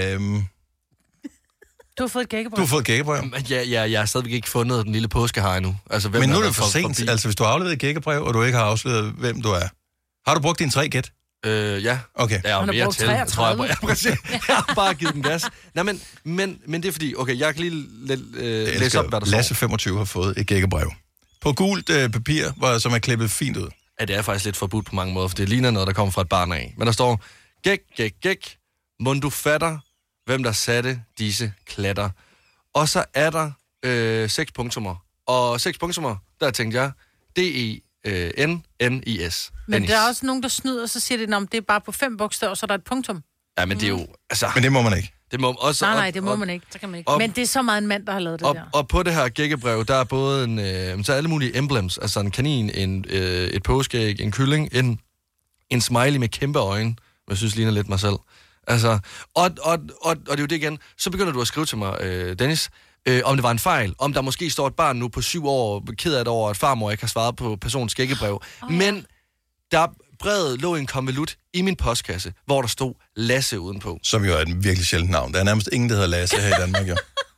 du har fået et gækkebrev. Du har fået et gækkebrev. Jeg har stadigvæk ikke fundet den lille påskehaj endnu. Altså, men nu er det for sent. Forbi? Altså, hvis du har afleveret et gækkebrev, og du ikke har afsløret, hvem du er. Har du brugt dine 3 gæt? Ja. Okay. Jeg har brugt 33. Jeg har bare givet den gas. Nej, men det er fordi, okay, jeg kan lige læse op, hvad der står. Lasse 25 har fået et gækkebrev. På gult papir, som er klippet fint ud. Ja, det er faktisk lidt forbudt på mange måder, for det ligner noget, der kommer fra et barn af. Men der står, gæk, mon du fatter, hvem der satte disse klatter. Og så er der 6 punktummer. Og 6 punktummer, der tænkte jeg, N-N-I-S. Men der er også nogen, der snyder, og så siger de, at det er bare på 5 bogstaver, så der er et punktum. Ja, men det er jo... Altså, men det må man ikke. Det må også, nej, det må man ikke. Så kan man ikke. Men det er så meget en mand, der har lavet det der. Og på det her gækkebrev, der er både så alle mulige emblems, altså en kanin, et påskeæg, en kylling, en smiley med kæmpe øjne, jeg synes ligner lidt mig selv. Altså, og det er jo det igen. Så begynder du at skrive til mig, Dennis, om det var en fejl, om der måske står et barn nu på 7 år, ked af det over, at farmor ikke har svaret på personens gækkebrev. Men brevet lå i en konvolut i min postkasse, hvor der stod Lasse udenpå. Som jo er et virkelig sjældent navn. Der er nærmest ingen, der hedder Lasse her i Danmark, jo.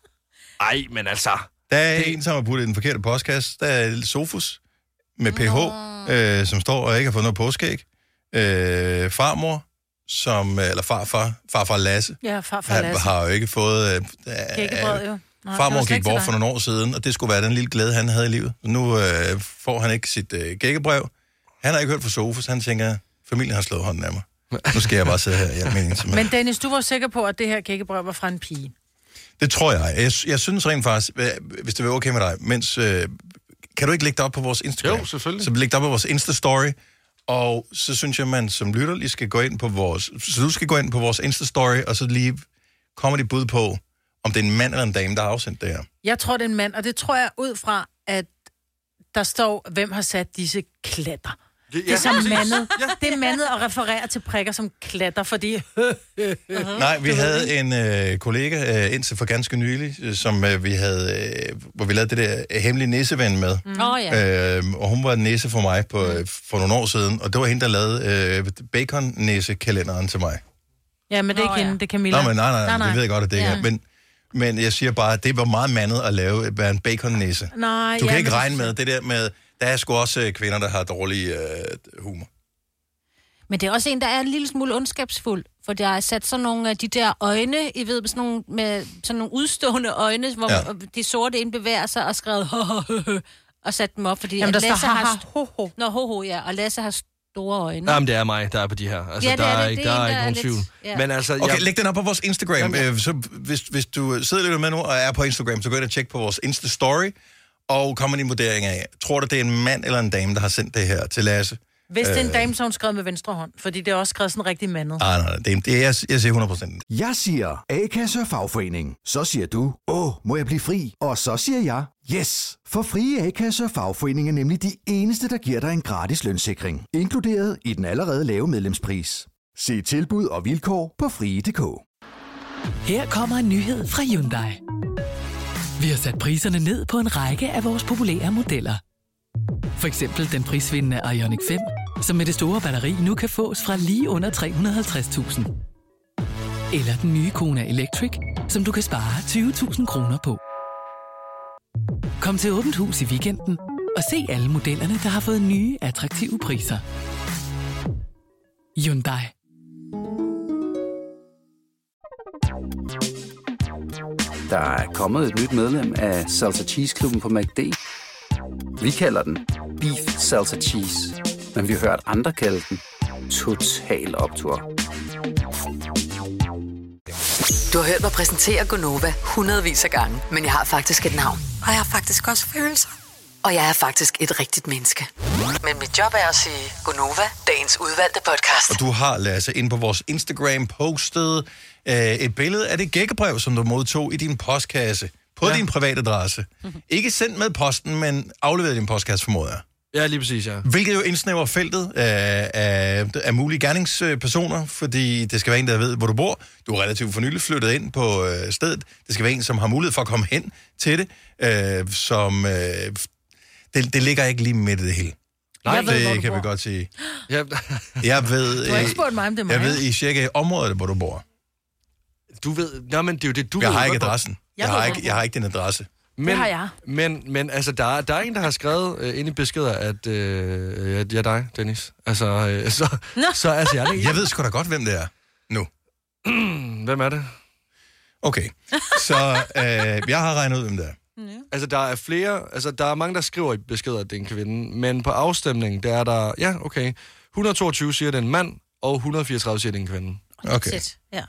Ej, men altså... Der er en, som har puttet i den forkerte postkasse. Der er Sofus med PH, som står og ikke har fået noget påskæg. Farmor, eller farfar Lasse. Ja, farfar Lasse. Har jo ikke fået... Gækkebrevet, jo. Nej, farmor gik bort for nogle år siden, og det skulle være den lille glæde, han havde i livet. Nu får han ikke sit gækkebrev. Han har ikke hørt fra Sofus. Han tænker, familien har slået hånden af mig. Nu skal jeg bare sidde her. Men Dennis, du var sikker på, at det her gækkebrev var fra en pige? Det tror jeg. Jeg synes rent faktisk, hvis det vil okay med dig, kan du ikke lægge det op på vores Instagram? Jo, selvfølgelig. Så læg det op på vores Insta-story, og så synes jeg, man som lytter lige skal gå ind på vores... Så du skal gå ind på vores Insta-story, og så lige kommer de bud på, om det er en mand eller en dame, der har afsendt det her. Jeg tror, det er en mand, og det tror jeg ud fra, at der står, hvem har sat disse klatter. Det er som mandet. Det er mandet at referere til prikker som klatter, fordi... Nej, vi havde en kollega indtil for ganske nylig, som vi havde, hvor vi lavede det der hemmelige nisseven med. Og hun var en nisse for mig for nogle år siden, og det var hende, der lavede bacon-nisse-kalenderen til mig. Ja, men det er ikke hende, det er Camilla. Nej, det ved jeg godt, at det er. Men jeg siger bare, at det var meget mandet at være en bacon-nisse. Du kan ikke regne med det der med... Der er sgu også kvinder, der har dårlig humor. Men det er også en, der er en lille smule ondskabsfuld, for der er sat sådan nogle af de der øjne, I ved, med sådan nogle udstående øjne, hvor de sorte ind bevæger sig og skrevet og sat dem op, fordi jamen, der Lasse har ho-ho. Nå, ho-ho, ja, og Lasse har store øjne. Jamen, det er mig, der er på de her. Altså, der er ikke nogen tvivl. Ja. Men altså, okay, læg den op på vores Instagram. Så hvis du sidder lidt med nu og er på Instagram, så gå ind og tjek på vores Insta-story, og kommer en vurdering af, tror du, det er en mand eller en dame, der har sendt det her til Lasse? Hvis det er en dame, så har hun skrevet med venstre hånd, fordi det er også skrevet sådan rigtig mandet. Nej, det er, jeg siger 100%. Jeg siger A-kasse og fagforening. Så siger du, må jeg blive fri? Og så siger jeg, yes! For frie A-kasse og fagforening er nemlig de eneste, der giver dig en gratis lønssikring. Inkluderet i den allerede lave medlemspris. Se tilbud og vilkår på frie.dk. Her kommer en nyhed fra Hyundai. Vi har sat priserne ned på en række af vores populære modeller. For eksempel den prisvindende Ioniq 5, som med det store batteri nu kan fås fra lige under 350.000. Eller den nye Kona Electric, som du kan spare 20.000 kroner på. Kom til Åbent Hus i weekenden og se alle modellerne, der har fået nye, attraktive priser. Hyundai. Der er kommet et nyt medlem af Salsa Cheese Klubben på McD. Vi kalder den Beef Salsa Cheese, men vi har hørt andre kalde den Total Optur. Du har hørt mig præsentere Gonova hundredvis af gange, men jeg har faktisk et navn. Og jeg har faktisk også følelser. Og jeg er faktisk et rigtigt menneske. Men mit job er at sige Gonova, dagens udvalgte podcast. Og du har, Lasse, inde på vores Instagram postet et billede af det gækkebrev, som du modtog i din postkasse på din private adresse. Ikke sendt med posten, men afleveret i din postkasse, formoder jeg. Ja, lige præcis, ja. Hvilket jo indsnæver feltet af mulige gerningspersoner, fordi det skal være en, der ved, hvor du bor. Du er relativt for nylig flyttet ind på stedet. Det skal være en, som har mulighed for at komme hen til det, det ligger ikke lige midt i det hele. Nej, det kan vi godt sige. Jeg ved, du har ikke spurgt mig, om det er mig. Jeg ved i cirka området, hvor du bor. Du ved, nej, men det er jo det, du jeg ved. Har ikke adressen. Jeg har ikke din adresse. Men, det har jeg. Men altså, der er en, der har skrevet ind i beskeder, at jeg er dig, Dennis. Altså, så altså, jeg er det. Jeg ved sgu da godt, hvem det er nu. Hvem er det? Okay, så jeg har regnet ud, hvem det er. Altså, der er flere, altså, der er mange, der skriver i beskeder, at det er en kvinde, men på afstemningen, der er der, ja, okay, 122 siger, det er en mand, og 134 siger, det er en kvinde. Okay. Ja.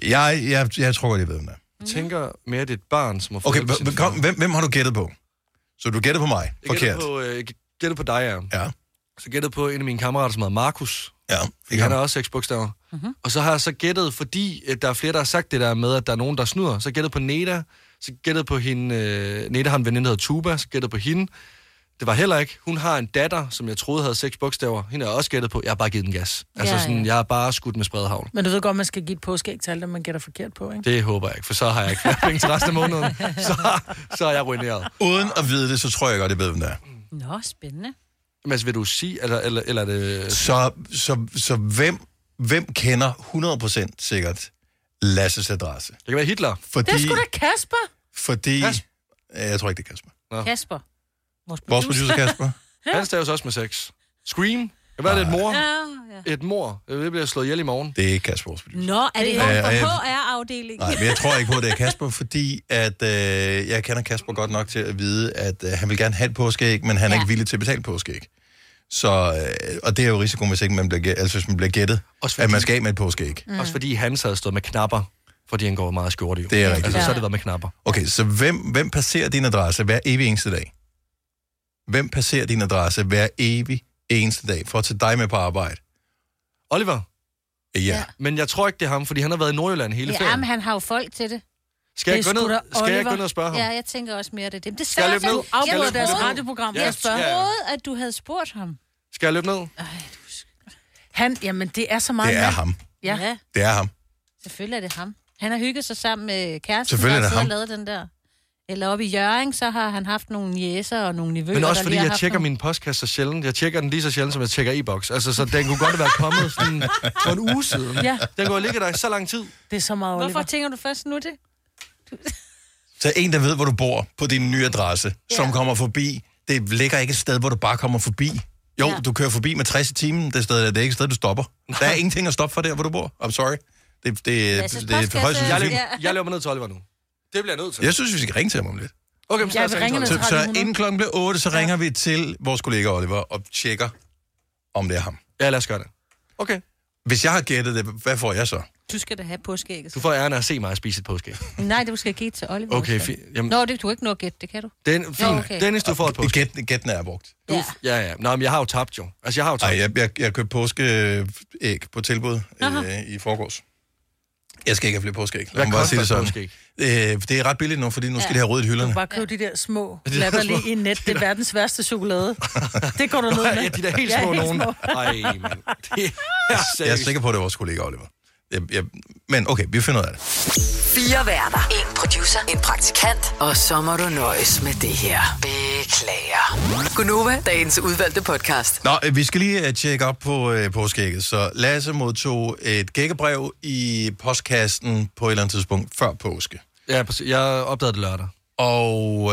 Jeg tror godt, jeg ved, hvem det er. Jeg tænker mere, det er et barn, som har fået hvem har du gættet på? Så du gætter på mig? Forkert. Jeg gætter på dig, ja. Ja. Så gættede på en af mine kammerater, som hedder Markus. Ja. Han har også 6 bogstaver. Mm-hmm. Og så har jeg så gættet, fordi der er flere, der har sagt det der med, at der er nogen, der snyder. Så gættede på Neda. Så gættede på hende. Neda har en veninde, der hedder Tuba. Så gættede på hende. Det var heller ikke. Hun har en datter, som jeg troede havde 6 bogstaver. Hende har jeg også gættet på. Jeg har bare givet den gas. Altså sådan, jeg har bare skudt med spredhavl. Men du ved godt, man skal give et påskæg til alt, der man gætter forkert på, ikke? Det håber jeg ikke, for så har jeg ikke flere penge til resten af måneden. Så er jeg ruineret. Uden at vide det, så tror jeg godt, det ved, hvem det er. Nå, spændende. Men altså, vil du sige, eller er det... Så hvem kender 100% sikkert Lasses adresse? Det kan være Hitler. Det er sgu da Kasper. Fordi... Jeg tror ikke, det er Kasper. Nå. Kasper. Vores producer Kasper. Han staves også med 6. Scream. Hvad er det, et mor? Ja. Et mor. Det bliver slået ihjel i morgen. Det er ikke Kasper, vores producer. Nå, er det her på HR-afdelingen? Nej, men jeg tror ikke på, at det er Kasper, fordi at, jeg kender Kasper godt nok til at vide, at han vil gerne have et påskæg, men han er ikke villig til at betale påskæg. Så, og det er jo risikoen, hvis ikke man hvis man bliver gættet, fordi, at man skal af med et påskæg. Også fordi han havde stået med knapper, fordi han går meget skjorte jo. Det er rigtigt. Altså, så har det været med knapper. Okay, så hvem passerer din adresse hver evig eneste dag? Hvem passerer din adresse hver evig eneste dag for at tage dig med på arbejde? Oliver? Ja. Men jeg tror ikke, det er ham, fordi han har været i Nordjylland hele ferien. Ja, men han har jo folk til det. Skal jeg gå ned og spørge ham? Ja, jeg tænker også mere det. Det skal jeg løbe ned? Afbryder deres radioprogram. Jeg troede, at du havde spurgt ham. Skal jeg løbe ned? Jamen, det er så meget... Det er ham. Ja. Det er ham. Selvfølgelig er det ham. Han har hygget sig sammen med kæresten, Selvfølgelig er det ham. og lavet den der. Eller oppe i Hjørring, så har han haft nogle jæser og nogle nivøer. Men også fordi jeg tjekker min postkasse så sjældent. Jeg tjekker den lige så sjældent, som jeg tjekker e-boks. Altså, så den kunne godt være kommet sådan for en uge siden. Ja. Den kunne have ligget der i så lang tid. Det er så meget, Oliver. Hvorfor tænker du først nu det? Så en, der ved, hvor du bor på din nye adresse, som kommer forbi. Det ligger ikke et sted, hvor du bare kommer forbi. Jo, du kører forbi med 60 i timen. Det er ikke et sted, du stopper. Der er ingenting at stoppe for der, hvor du bor. I'm sorry. Det er for højst. Jeg løber ned til Oliver nu. Det bliver jeg nødt til. Jeg synes, vi skal ringe til ham om lidt. Okay, men så inden klokken bliver 8, så ringer vi til vores kollega Oliver og tjekker, om det er ham. Ja, lad os gøre det. Okay. Hvis jeg har gættet det, hvad får jeg så? Du skal da have påskægget. Du får æren af at se mig spise et påskæg. Nej, du skal give til Oliver. Okay, fint. Nå, det du ikke nå at gætte, det kan du. Fint. Okay. Dennis, du får et påskæg. Gætten er brugt. Ja. Nå, men jeg har jo tabt jo. Altså, jeg har jo tabt. Nej, jeg købte påskeæg på tilbud i forgårs. Jeg skal ikke have flere påskæg. Hvad koster et påskæg? Det er ret billigt nu, fordi nu skal det have rødt i hylderne. Du bare købe de der små latterlige i net. Det er verdens værste chokolade. Det går du ned med. Ja, de der helt små nogen. Ej, mand. Jeg er sikker på, at det er vores kollega Oliver. Men okay, vi finder ud af det. 4 værter. 1 producer. 1 praktikant. Og så må du nøjes med det her. Beklager. Gunova, dagens udvalgte podcast. Nå, vi skal lige tjekke op på påskægget. Så Lasse modtog et gækkebrev i postkassen på et eller andet tidspunkt før påske. Ja, præcis. Jeg opdagede det lørdag. Og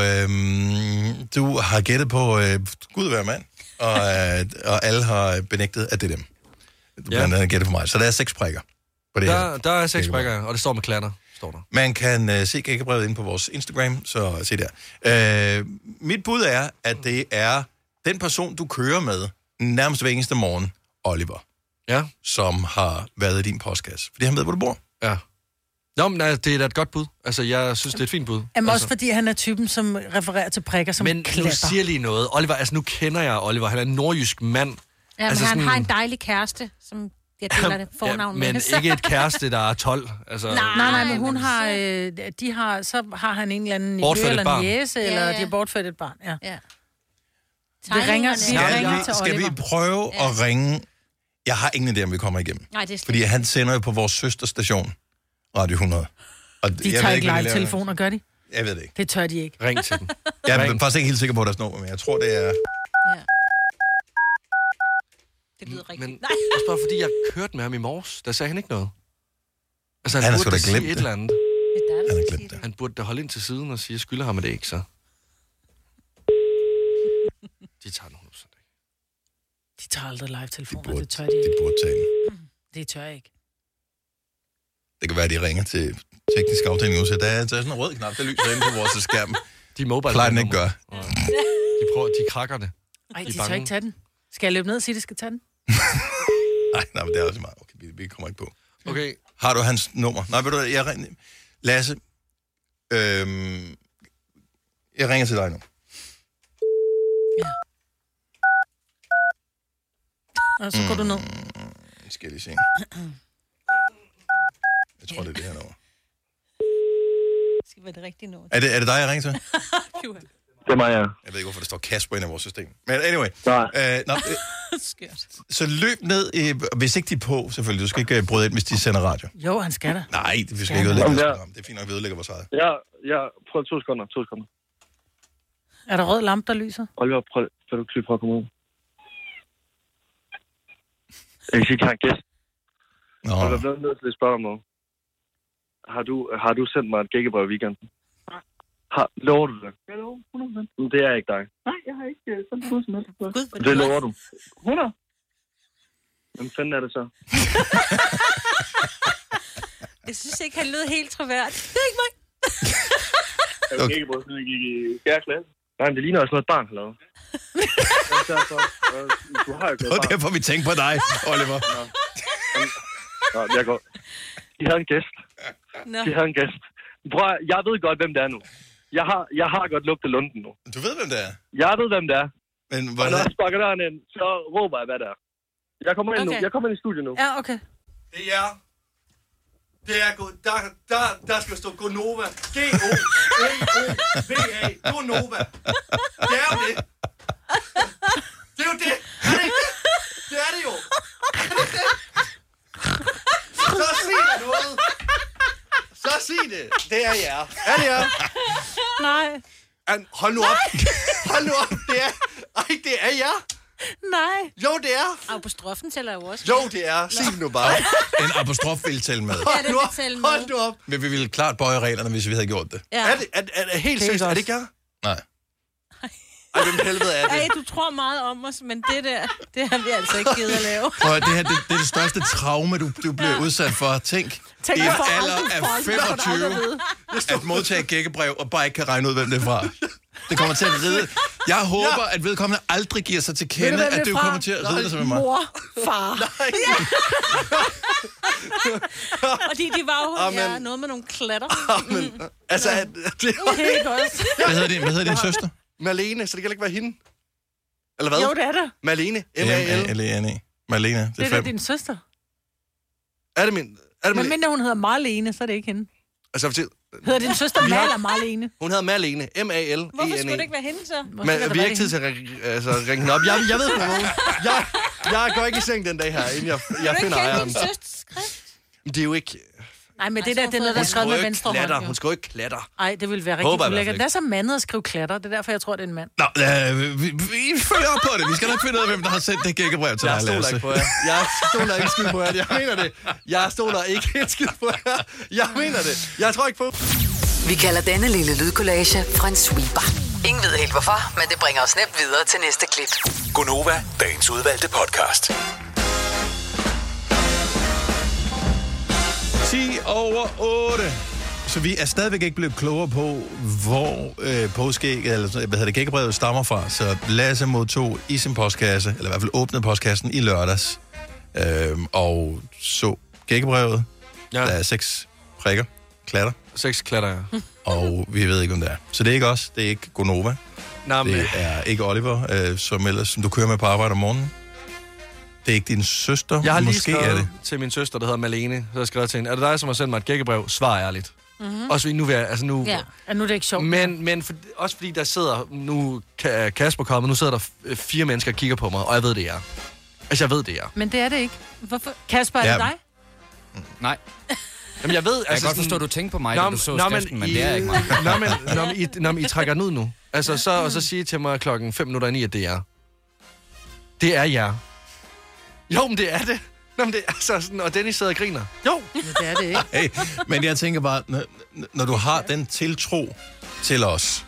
du har gættet på Gud være mand, og alle har benægtet, at det er dem. Du blandt andet gættet på mig. Så der er 6 prikker. Der er 6 prikker, og det står med klatter. Står der. Man kan se gækkebrevet inde på vores Instagram, så se der. Mit bud er, at det er den person, du kører med nærmest hver eneste morgen, Oliver. Ja. Som har været i din postkasse. Fordi han ved, hvor du bor. Ja. Nå, men det er da et godt bud. Altså, jeg synes, det er et fint bud. Jamen også fordi han er typen, som refererer til prikker som klatter. Men nu siger lige noget. Oliver, altså nu kender jeg Oliver. Han er en nordjysk mand. Ja, men han har en dejlig kæreste, som jeg deler det fornavn med. Men ikke et kæreste, der er 12. Altså, nej, men hun har, så har han en eller anden nevø eller niece, eller de har bortført et barn. Ja. Vi ringer til Skal vi prøve at ringe? Jeg har ingen idé, om vi kommer igennem. Nej, det er fordi han sender jo på vores søsterstation, Radio 100. Og de tager ikke live-telefoner, gør de? Jeg ved det ikke. Det tør de ikke. Ring til den. Jeg er faktisk ikke helt sikker på deres nummer, men jeg tror, det er... Ja. Det lyder rigtigt. Men også bare fordi jeg kørte med ham i morges, der sagde han ikke noget. Altså han burde da sige glemt et det. eller andet. Han har glemt det. Han burde da holde ind til siden og sige, jeg skylder ham det ikke, så. De tager den 100%. De tager aldrig live-telefoner, det tør de ikke. De burde tage den. Det tør jeg ikke. Det kan være, at de ringer til teknisk afdeling nu, så der er sådan en rød knap, der lyser inde på vores skærm. De mobile plejer den ikke gør. De krakker det. Ej, de tør ikke tage den. Skal jeg løbe ned og sige, at de skal tage den? Nej, men det er også meget. Okay, vi kommer ikke på. Okay. Har du hans nummer? Nej, ved du, jeg ringer... Lasse, jeg ringer til dig nu. Og så går du ned. Skal jeg lige se. Jeg tror, det er det her nummer. Det skal være det rigtige nummer. Er det dig, jeg ringer til? Det er mig, ja. Jeg ved ikke, hvorfor der står Kasper inde i vores system. Men anyway. Skørt. Så løb ned, hvis ikke de er på, selvfølgelig. Du skal ikke bryde ind, hvis de sender radio. Jo, han skal da. Nej, vi skal ikke ødelægge vores program. Det er fint nok, vi ødelægger vores eget. Ja, prøv 2 sekunder. Er der rød lampe, der lyser? Oliver, prøv at komme ud. Jeg kan sige, at jeg har en gæst. Og jeg bliver nødt til at spørge om noget. Har du sendt mig et gækkebrev i weekenden? Lover du det? Jeg lover 100%. Men det er ikke dig. Nej, jeg har ikke sendt noget som helst. Det lover du. 100. Hvem fanden er det så? Jeg synes ikke, han lød helt troværdigt. Det er ikke mig. Jeg har gækkebrev, siden jeg gik i 4. klasse. Nej, men det ligner også noget, barn har lavet. Du har jo det var derfor, vi tænkte på dig, Oliver. Nå, jeg går. De havde en gæst. Prøv, jeg ved godt, hvem det er nu. Jeg har godt lugtet lunden nu. Du ved, hvem det er? Jeg ved, hvem det er. Men og når jeg sparker døren ind, så råber jeg, hvad det er. Jeg kommer ind nu. Jeg kommer ind i studiet nu. Ja, okay. Det er... Det er godt. Der skal stå Gonova. G-O-N-O-V-A. Gonova. Det er jo det. Det er jo det. Er det ikke det? Det er det jo. Er det ikke det? Så sig det noget. Så sig det. Det er jer. Er det jer? Nej. Hold nu op. Hold nu op. Det er jer. Nej. Jo, det er. Apostrofen tæller jo også. Jo, det er. Sig det nu bare. En apostrof vil tælle med. Ja, det vil tælle med. Hold nu op. Men vi ville klart bøje reglerne, hvis vi havde gjort det. Ja. Er det helt seriøst? Er det ikke jer? Nej. Ej, hvem helvede er det? Ej, du tror meget om os, men det har vi altså ikke givet at lave. Og det her, det er det største traume, du bliver udsat for. Tænk i en alder af 25, at modtage et gækkebrev og bare ikke kan regne ud, hvem det er fra. Det kommer til at ride. Jeg håber, at vedkommende aldrig giver sig til kende, at du kommer til at ride det som med mig. Mor, far. Fordi de var jo noget med nogle klatter. Altså, det er godt. Hvad hedder din søster? Malene, så det kan ikke være hende. Eller hvad? Jo, det er det. Malene. M-A-L-E-N-E. Malene. Det er din søster. Er det min? Men mindre hun hedder Marlene, så er det ikke hende. Altså, hedder din søster Mal eller Marlene? Hun hedder Malene. M-A-L-E-N-E. Hvorfor skulle det ikke være hende så? Men vi har ikke tid til at ringe hende op. Jeg ved på nogen. Jeg går ikke i seng den dag her, inden jeg finder ejeren. Din søsters skrift? Det er jo ikke... Nej, men det er noget, der er skrevet med venstre hånd. Hun skal jo ikke klatter. Nej, det ville være rigtig ulækkert. Det er så mandet at skrive klatter. Det er derfor, jeg tror, det er en mand. Nå, vi følger op på det. Vi skal nok finde ud af, hvem der har sendt det gækkebrev til dig, Lasse. Jeg stoler ikke på jer. Jeg stoler ikke skid på jer. Jeg mener det. Jeg stoler ikke et skid på jer. Jeg mener det. Jeg tror ikke på... Vi kalder denne lille lydkollage en sweeper. Ingen ved helt hvorfor, men det bringer os nemt videre til næste klip. Gonova, dagens udvalgte podcast. 10 over 8. Så vi er stadigvæk ikke blevet klogere på, hvor påskeæg, eller hvad hedder det, gækkebrevet stammer fra. Så Lasse modtog i sin postkasse, eller i hvert fald åbnede postkassen i lørdags, og så gækkebrevet. Ja. Der er 6 prikker, klatter. 6 klatter, ja. Og vi ved ikke, om det er. Så det er ikke os, det er ikke Gonova. Det er ikke Oliver, som du kører med på arbejde om morgenen. Det er ikke din søster? Jeg har lige måske skrevet er det til min søster, der hedder Malene. Så har jeg skrevet til hende, er det dig, som har sendt mig et gækkebrev? Svar ærligt. Mm-hmm. Også fordi nu vil jeg... Altså nu, ja, nu er det ikke sjovt. Men også fordi der sidder... Nu er Kasper kommet, nu sidder der 4 mennesker og kigger på mig, og jeg ved, det er. Altså, jeg ved, det er. Men det er det ikke. Hvorfor? Kasper, er det dig? Nej. Jamen, jeg ved... Jeg kan godt forstå, at du tænkte på mig, da du så skriften, men det er ikke mig. Når I trækker den ud nu, altså, og så siger til mig 5:05, at det er. Det er jer. Jo, men det er det. Nå, men det er altså sådan, og Dennis sidder og griner. Jo. Men det er det ikke. Hey, men jeg tænker bare, når du har den tiltro til os,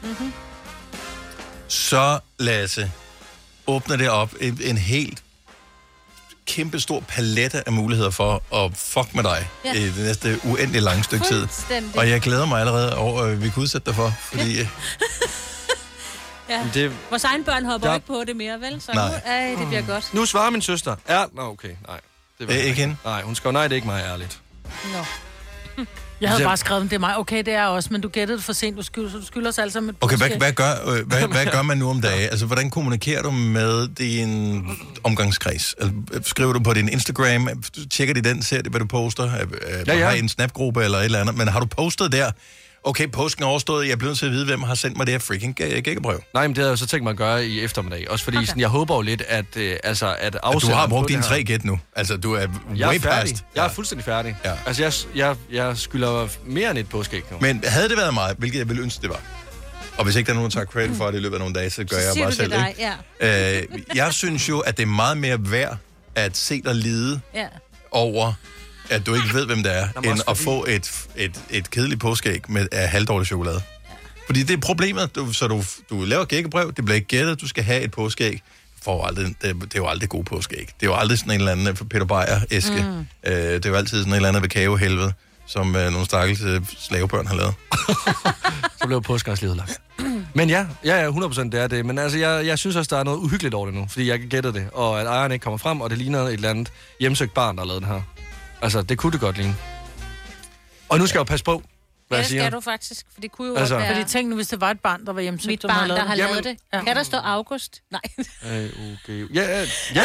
så Lasse, åbner det op en helt kæmpe stor palette af muligheder for at fuck med dig i det næste uendelig lange stykke tid. Og jeg glæder mig allerede over, at vi kan udsætte dig for, fordi... Ja. Vores egen børn hopper ikke på det mere, vel? Så nu, det bliver godt. Nu svarer min søster. Nå, okay, nej. Det ikke hende? Nej, hun skriver, nej, det er ikke mig, ærligt. Nå. Jeg havde bare skrevet, det er mig. Okay, det er også, men du gættede det for sent. Du skylder os altså med et Okay, hvad gør man nu om dagen? Altså, hvordan kommunikerer du med din omgangskreds? Altså, skriver du på din Instagram? Tjekker de den? Ser de, hvad du poster? Har I en snapgruppe eller et eller andet? Men har du postet der? Okay, påsken er overstået. Jeg er blevet nødt til at vide, hvem har sendt mig det her freaking gækkebrev. Nej, men det havde jeg så tænkt mig at gøre i eftermiddag. Også fordi sådan, jeg håber jo lidt, at du har brugt dine 3 gæt nu. Altså, du er way past. Jeg er fuldstændig færdig. Ja. Altså, jeg skylder mere end et påskeæg nu. Men havde det været mig, hvilket jeg ville ønske, det var. Og hvis ikke der er nogen, der tager credit for det i løbet af nogle dage, så gør jeg bare selv, ikke? Jeg synes jo, at det er meget mere værd at se dig lide over, at du ikke ved, hvem det er, end at få et kedeligt påskeæg af halvdårlig chokolade. Fordi det er problemet, du laver gækkebrev, det bliver ikke gættet, du skal have et påskeæg. Det er jo aldrig god påskeæg. Det er jo aldrig sådan en eller anden Peter Beyer-æske. Det er jo altid sådan en eller anden vakao-helvede, som nogle stakkels slavebørn har lavet. Så blev påskeægslivet lagt. Men ja, 100% det er det. Men altså, jeg synes også, der er noget uhyggeligt over det nu, fordi jeg kan gætte det, og at ejeren ikke kommer frem, og det ligner et eller andet hjemsøgt barn, der har lavet det her. Altså, det kunne det godt ligne. Og nu skal jeg jo passe på, hvad jeg siger. Det skal du faktisk, for det kunne jo også være... Fordi tænk nu, hvis det var et barn, der var hjemsøgt, mit barn, der har lavet det. Ja. Kan der stå August? Nej. Ja.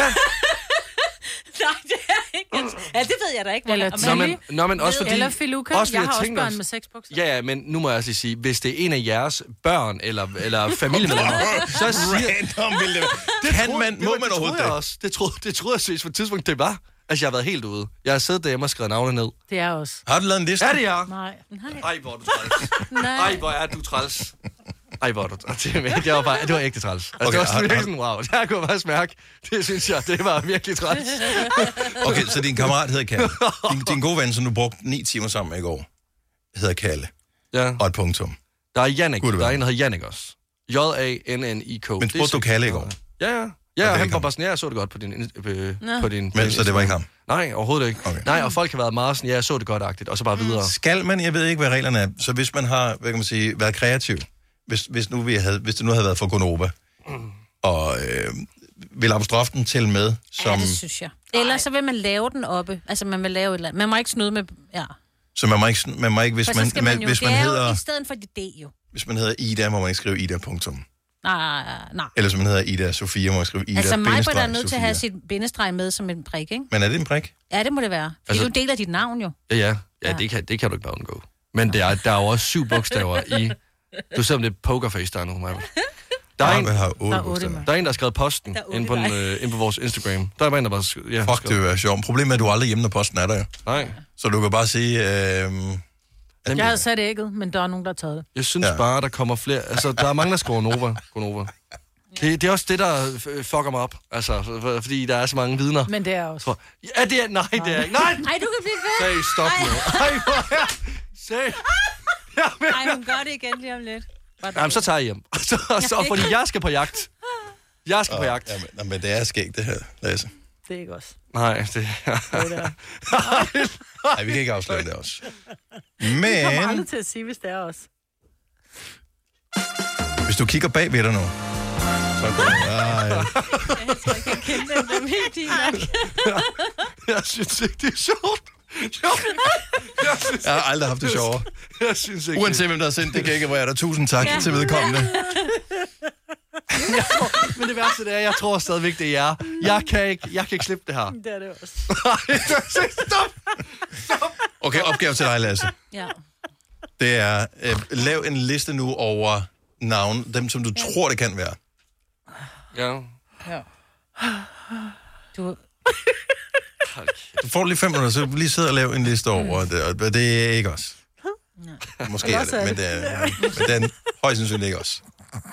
Nej, det er ikke. Ja, det ved jeg da ikke. Eller også fordi... Eller Filuka. Jeg har også børn med 6 bukser. Ja, men nu må jeg også lige sige, hvis det er en af jeres børn eller familiemedlemmer, så siger... Må man overhovedet det? Det troede jeg på et tidspunkt, det var. Altså, jeg har været helt ude. Jeg har siddet derhjemme og skrevet navne ned. Det er også. Har du lavet en liste? Er det jeg? Nej. Ej, hvor er du træls. Ej, hvor er du træls. Ej, hvor er du træls. Det var ægte træls. Altså, okay, det var sådan virkelig sådan, wow. Det her kunne jeg faktisk mærke. Det synes jeg, det var virkelig træls. Okay, så din kammerat hedder Kalle. Din gode ven, som du brugte 9 timer sammen med i går, hedder Kalle. Ja. Og et punktum. Der er Jannik. Der er en, der hedder Jannik også. Jannik. Men brugte du Kalle i går? Ja, han var bare sådan, jeg så det godt på din... Men så det var ikke ham? Nej, overhovedet ikke. Okay. Nej, og folk har været meget sådan, jeg så det godt-agtigt, og så bare videre. Skal man, jeg ved ikke, hvad reglerne er, så hvis man har, hvad kan man sige, været kreativ, hvis det nu havde været for Gonova, og vil apostroften til med som... Ja, det synes jeg. Eller så vil man lave den oppe. Altså, man vil lave et eller andet. Man må ikke snyde med... Ja. Så man må ikke hvis man hedder... i stedet for det jo. Hvis man hedder Ida, må man ikke skrive Ida, punktum. Nej. Eller som man hedder Ida Sofia, må man skrive Ida, altså mig er nødt til at have sit bindestreg med som en prik, ikke? Men er det en prik? Ja, det må det være. Fordi du deler dit navn jo. Ja, det kan du ikke bare undgå. Men der er jo også 7 bogstaver i... Du ser om det er pokerface, der er nu, Maja. Der er en, der har skrevet posten ind på vores Instagram. Der er en, der bare... Fuck, det vil være sjovt. Problemet er, at du aldrig hjemme, når posten er der jo. Nej. Så du kan bare sige... Jeg havde sat ægget, men der er nogen, der har taget det. Jeg synes bare, der kommer flere... Altså, der er mange, der skriver Gonova. Det er også det, der fucker mig op. Altså, fordi der er så mange vidner. Men det er også... Ja, det er... Nej, det er ikke. Nej! Ej, du kan blive ved. Sag, stop nu. Ej, hvor er... Sag. Ej, hun gør det igen lige om lidt. Jamen, så tager jeg hjem. Så, fordi jeg skal på jagt. Ja, men det er skægt, det her, Lasse. Det er ikke også. Nej, det Nej, vi kan ikke afsløre det også. Men... Jeg kommer aldrig til at sige, hvis det er os. Hvis du kigger bag ved dig nu, så går det... Jeg tror ikke, jeg kender dem helt i nok. Jeg synes ikke, det er sjovt. Jeg har aldrig haft det sjovere. Jeg synes ikke. Uanset hvem der har sendt det, kan ikke være der. Tusind tak til vedkommende. Men det værste det er, jeg tror stadigvæk, det er jer. Jeg kan ikke slippe det her. Det er det også. Stop. Okay, opgave til dig, Lasse. Ja. Det er, lav en liste nu over navn, dem som du tror, det kan være. Ja. Du får lige 5 minutter, så du lige sidder og laver en liste over det, og det er ikke os. Måske er det, men det er højst sandsynligt ikke os.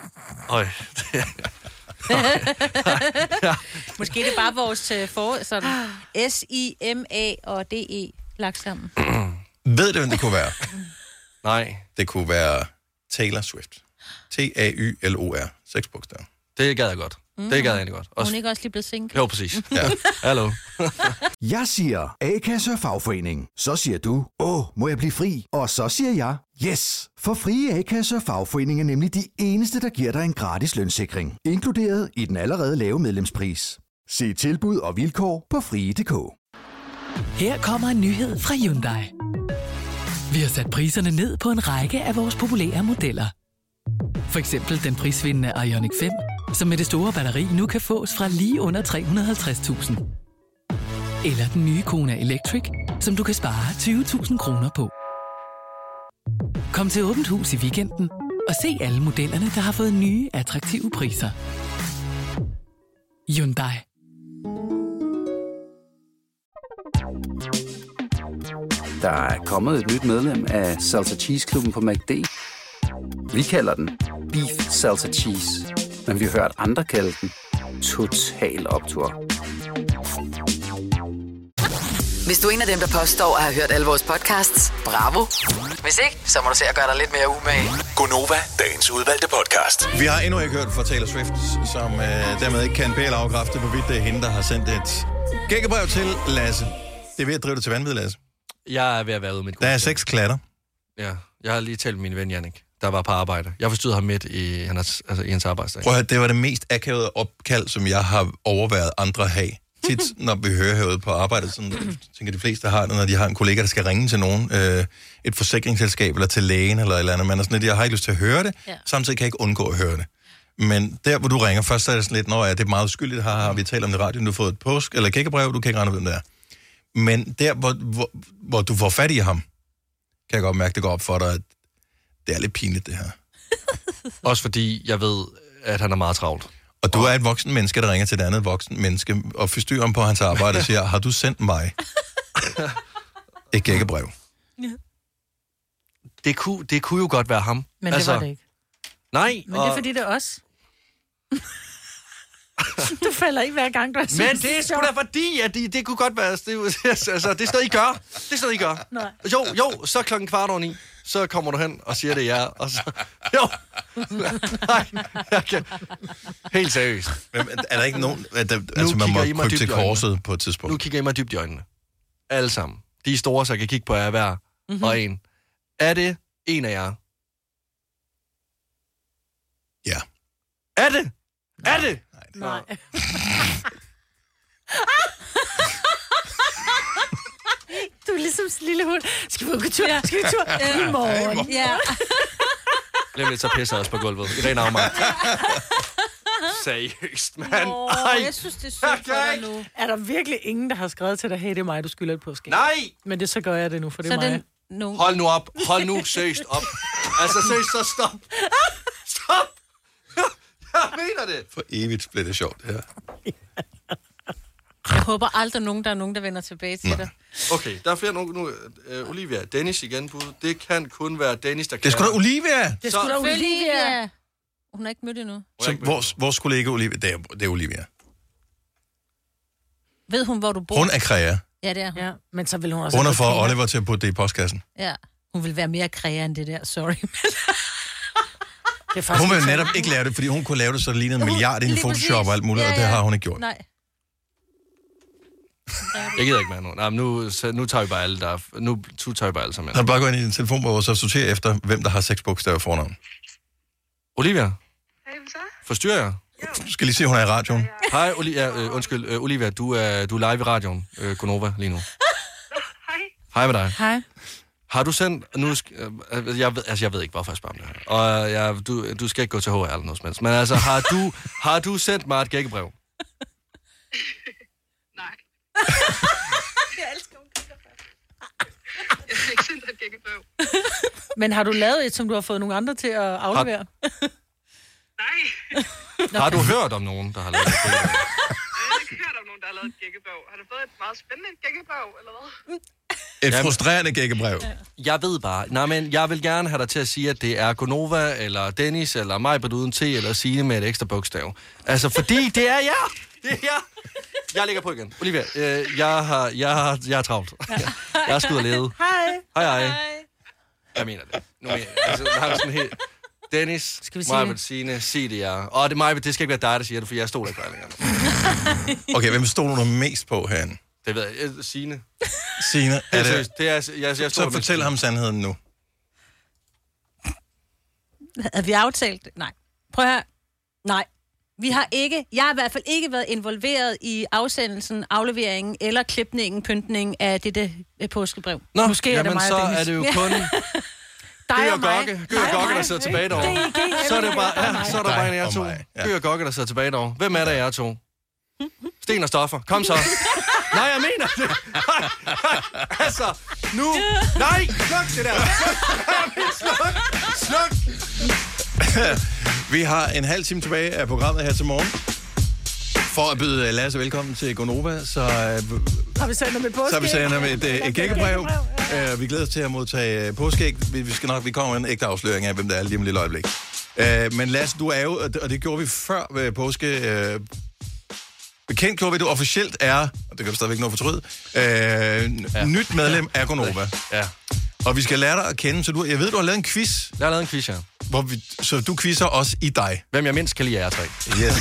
Måske det er bare vores sådan S-I-M-A og D-E lagt sammen. Ved du, hvem det kunne være? Nej. Det kunne være Taylor Swift. T-A-Y-L-O-R. 6 bogstaver. Det gad jeg godt. Det gad jeg egentlig godt. Hun er ikke også lige blevet single? Jo, præcis. Ja. Hallo. Jeg siger A-kasse og fagforening. Så siger du, må jeg blive fri? Og så siger jeg, yes! For frie A-kasse og fagforening er nemlig de eneste, der giver dig en gratis lønssikring. Inkluderet i den allerede lave medlemspris. Se tilbud og vilkår på frie.dk. Her kommer en nyhed fra Hyundai. Vi har sat priserne ned på en række af vores populære modeller. For eksempel den prisvindende Ioniq 5, som med det store batteri nu kan fås fra lige under 350.000. Eller den nye Kona Electric, som du kan spare 20.000 kroner på. Kom til Åbent Hus i weekenden og se alle modellerne, der har fået nye, attraktive priser. Hyundai. Der er kommet et nyt medlem af Salsa Cheese Klubben på McD. Vi kalder den Beef Salsa Cheese, men vi har hørt andre kalde den Total Optur. Hvis du er en af dem, der påstår at have hørt alle vores podcasts, bravo. Hvis ikke, så må du se at gøre dig lidt mere umage. Gonova, dagens udvalgte podcast. Vi har endnu ikke hørt fra Taylor Swift, som dermed ikke kan bede eller afkræfte, hvorvidt det er hende, der har sendt et gækkebrev til Lasse. Det er ved at drive det til vanvid, Lasse. Jeg er ved at være ude med det. Der er 6 klatter. Ja, jeg har lige talt med min ven Jannik, der var på arbejde. Jeg forstyrrede ham midt i hans arbejdsdag. Prøv at høre, det var det mest akavede opkald, som jeg har overværet andre at have. Tit, når vi hører herude på arbejdet, sådan tænker de fleste har det, når de har en kollega, der skal ringe til nogen, et forsikringsselskab eller til lægen eller et eller andet. Man er sådan lidt, jeg har ikke lyst til at høre det, samtidig kan jeg ikke undgå at høre det. Men der, hvor du ringer, først så er det sådan lidt, når det er meget uskyldigt, har vi talt om det i radioen, du har fået et påsk eller gækkebrev, du kan ikke regne hvem det er. Men der, hvor du får fat i ham, kan jeg godt mærke, det går op for dig, at det er lidt pinligt, det her. Også fordi jeg ved, at han er meget travlt. Og du er et voksen menneske, der ringer til et andet voksen menneske, og forstyrrer ham på hans arbejde og siger, har du sendt mig et gækkebrev? Ja. Det kunne jo godt være ham. Men det var det ikke. Nej. Men det er fordi, det er os. Du falder ikke hver gang, du har set. Men det er sgu da fordi, at det kunne godt være... Det er stadig, I gør. Det er stadig, I gør. Nej. Jo, så 9:15, så kommer du hen og siger det ja, og så... Jo. Nej, jeg kan... Helt seriøst. Men er der ikke nogen... Altså, man må krybe til korset på et tidspunkt. Nu kigger I mig dybt i øjnene. Alle sammen. De er store, så jeg kan kigge på jer hver og en. Er det en af jer? Ja. Er det? Nej. Er det? Nej. Du er ligesom sådan en lille hund. Skal vi gå tur? Skal vi tur? I morgen. Ja. Glem lidt, så pisser jeg også på gulvet. I ren afmagt. Seriøst, mand. Jeg synes, det er sygt for dig nu. Er der virkelig ingen, der har skrevet til dig, hey, det er mig, du skylder et påske? Nej! Men så gør jeg det nu, for det er mig. No. Hold nu op. Hold nu seriøst op. Altså seriøst, så stop. Stop! Jeg mener det. For evigt bliver det sjovt, det her. Jeg håber aldrig der er nogen, der vender tilbage til dig. Okay, der er flere nu. Olivia, Dennis igen bud. Det kan kun være Dennis, der kan. Det er sgu da Olivia! Det er sgu da Olivia! Hun har ikke mødt endnu. Så vores kollega Olivia, det er Olivia. Ved hun, hvor du bor? Hun er kræger. Ja, det er hun. Ja, men så vil hun også... Hun har fået Oliver til at putte det i postkassen. Ja, hun vil være mere kræger end det der, sorry. Hun vil netop ikke lave det, fordi hun kunne lave det, så det lignede en milliard i Photoshop og alt muligt, og det har hun ikke gjort. Nej. Jeg gider ikke mere nu. Nej, nu tager vi bare alle, nu tager vi bare alle sammen. Han bare gå ind i din telefonbog og så sortere efter, hvem der har 6 bogstaver fornavn. Olivia? Hey, hvad så? Forstyrrer jeg? Du skal lige se, hun er i radioen. Hej, Olivia, du er live i radioen, Gonova, lige nu. Hej. Hej med dig. Hej. Har du sendt... Jeg ved ikke, hvorfor jeg spørger om det her. Og du skal ikke gå til HR eller noget som helst. Men altså, har du sendt mig et gækkebrev? Nej. Jeg elsker gækkebrev. Jeg har ikke sendt et gækkebrev. Men har du lavet et, som du har fået nogle andre til at aflevere? Nej. Har du hørt om nogen, der har lavet et gækkebrev? Jeg har ikke hørt om nogen, der har lavet et gækkebrev. Har du fået et meget spændende gækkebrev, eller hvad? Et frustrerende gækkebrev. Jeg ved bare. Men jeg vil gerne have dig til at sige, at det er Gonova, eller Dennis, eller mig på uden T, eller Signe med et ekstra bogstav. Altså, fordi det er jer! Det er jer! Jeg lægger på igen. Olivia, jeg er travlt. Jeg er skud og lede. Hej. Jeg mener det. Nu mener jeg. Altså, der har sådan helt... Dennis, Majbert, Signe, sig det jer. Og det, Majbert, det skal ikke være dig, der siger det, for jeg stoler ikke på længere. Okay, hvem stoler du mest på herinde? Det ved jeg. Signe. Signe, er det... Jeg så fortæl ham sandheden nu. Havde vi aftalt det? Nej. Prøv her. Nej. Jeg har i hvert fald ikke været involveret i afsendelsen, afleveringen eller klipningen, pyntningen af dette påskebrev. Nå, Måske er det mig så og Dennis. er det jo kun Gø og Gokke, der sidder tilbage derovre. Så er det bare, så er der bare en af jer to. Gø og Gokke, der sidder tilbage derovre. Hvem er der jer to? Sten og Stoffer. Kom så. Nej, jeg mener det. Altså, nu. Nej, sluk det der. Sluk. Vi har en halv time tilbage af programmet her til morgen. For at byde Lasse velkommen til Gonova, så har vi sendt ham et påskæg. Så har vi sendt ham et gækkebrev. Vi glæder os til at modtage påskæg. Vi kommer med en ægte afsløring af, hvem der er lige om et lille øjeblik. Men Lasse, du er jo, og det gjorde vi før påske, bekendt gjorde vi, du officielt er, og det kan du stadigvæk nå fortryde, nyt medlem af Gonova. Ja. Og vi skal lære dig at kende, så jeg ved, du har lavet en quiz. Jeg har lavet en quiz, ja. Så du quizzer også i dig. Hvem jeg mindst kan lide af jer tre. Yes.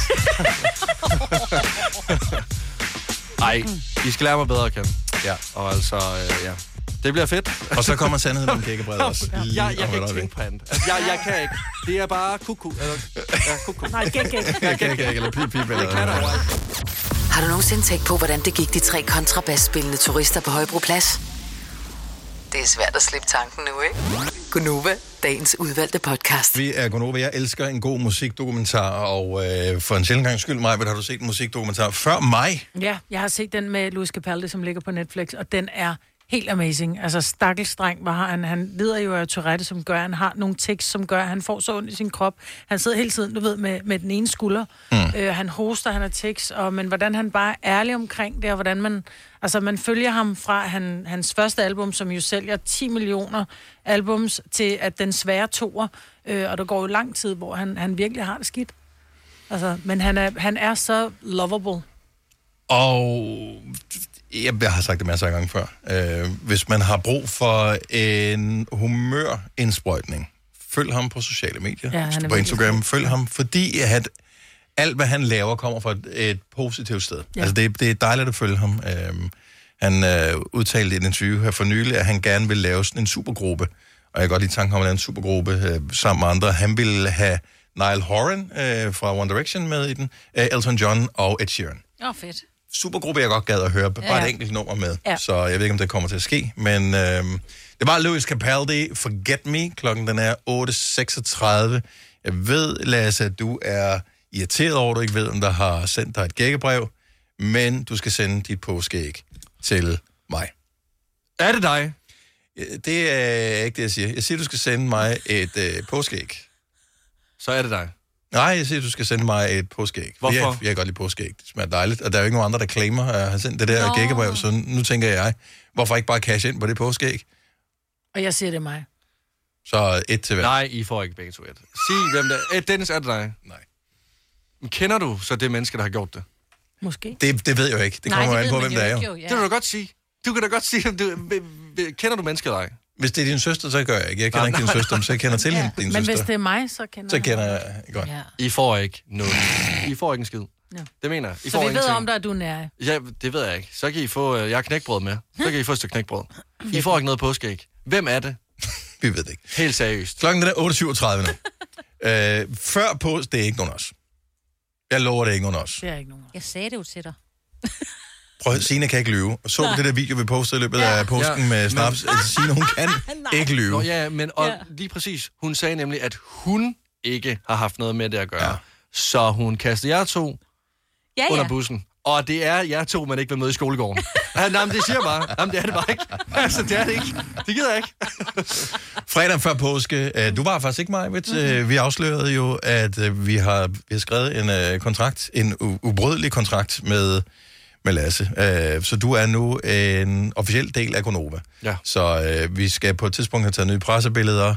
Ej, I skal lære mig bedre at kende. Ja. Og altså, ja. Det bliver fedt. Og så kommer sandheden om gækkebredet også. Jeg kan ikke tænke på andet. Altså, jeg kan ikke. Det er bare kuku. Nej, gæk. Eller pip, eller... Har du nogensinde tænkt på, hvordan det gik de 3 kontrabasspillende turister på Højbroplads? Det er svært at slippe tanken nu, ikke? Gonova, dagens udvalgte podcast. Vi er Gonova. Jeg elsker en god musikdokumentar, og for en sjældent gang skyld, Maja, har du set en musikdokumentar før mig? Ja, jeg har set den med Louis Capaldi, som ligger på Netflix, og den er helt amazing. Altså, stakkels dreng, hvor han lider jo af Tourette, som gør, han har nogle tics, som gør, han får så ondt i sin krop. Han sidder hele tiden, du ved, med den ene skulder. Han hoster, han har tics, men hvordan han bare er ærlig omkring det, og hvordan man følger ham fra hans første album, som jo sælger 10 millioner albums, til at den svære toer, og der går jo lang tid, hvor han virkelig har det skidt. Altså, men han er så lovable. Og jeg har sagt det masser af gange før. Hvis man har brug for en humørindsprøjtning, følg ham på sociale medier. På Instagram, følg ham, fordi alt, hvad han laver, kommer fra et positivt sted. Ja. Altså, det er dejligt at følge ham. Han udtalte i et interview her for nylig, at han gerne vil lave sådan en supergruppe. Og jeg kan godt lide tanken om at lave en supergruppe sammen med andre. Han ville have Niall Horan fra One Direction med i den, Elton John og Ed Sheeran. Fedt. Supergruppe, jeg godt gad at høre. Bare et enkelt nummer med. Ja. Så jeg ved ikke, om det kommer til at ske. Men det var Louis Capaldi, Forget Me. Klokken den er 8.36. Jeg ved, Lasse, at du er irriteret over, at du ikke ved, om der har sendt dig et gækkebrev. Men du skal sende dit påskeæg til mig. Er det dig? Det er ikke det, jeg siger. Jeg siger, du skal sende mig et påskeæg. Så er det dig? Nej, jeg siger, du skal sende mig et påskeæg. Hvorfor? Jeg kan godt lide påskeæg. Det smager dejligt. Og der er jo ikke nogen andre, der claimer at have sendt det der gækkebrev. Så nu tænker jeg, hvorfor ikke bare cash ind på det påskeæg? Og jeg siger, det er mig. Så 1 til hver. Nej, I får ikke begge to 1. Sig, hvem det er. Dennis, er det dig? Nej. Men kender du så det menneske, der har gjort det? Måske. Det ved jeg jo ikke. Det kommer an på, hvem det er jo. Det kan du godt sige. Du kan da godt sige, kender du mennesket eller ej? Hvis det er din søster, så gør jeg ikke. Jeg kender ikke din søster, så jeg kender til hende, din søster. Men hvis det er mig, så kender jeg godt. Ja. I får ikke noget. I får ikke en skid. Ja. Det mener jeg. I så får vi ingenting. ved om, der er du nær. Ja, det ved jeg ikke. Så kan I få... jeg har knækbrød med. Så kan I få et stykke knækbrød. I får ikke noget påskeæg. Hvem er det? Vi ved det ikke. Helt seriøst. Klokken er 8.37 nu. Før påske, det er ikke nogen os. Jeg lover, det er ikke nogen os. Det er ikke nogen. Jeg sagde det jo til dig. Prøv, Signe kan ikke lyve. Så du det der video, vi postede i løbet af påsken med snaps? Altså, Signe, hun kan ikke lyve. Nå, ja, men lige præcis. Hun sagde nemlig, at hun ikke har haft noget med det at gøre. Ja. Så hun kastede jer to under bussen. Og det er jer to, man ikke vil møde i skolegården. Nej, men det siger bare. Jamen, det er det bare ikke. Altså, det er det ikke. Det gider jeg ikke. Fredag før påske. Du var faktisk ikke mig, Vi afslørede jo, at vi har skrevet en kontrakt, en ubrydelig kontrakt med Lasse. Så du er nu en officiel del af Gonova. Ja. Så vi skal på et tidspunkt have taget nye pressebilleder.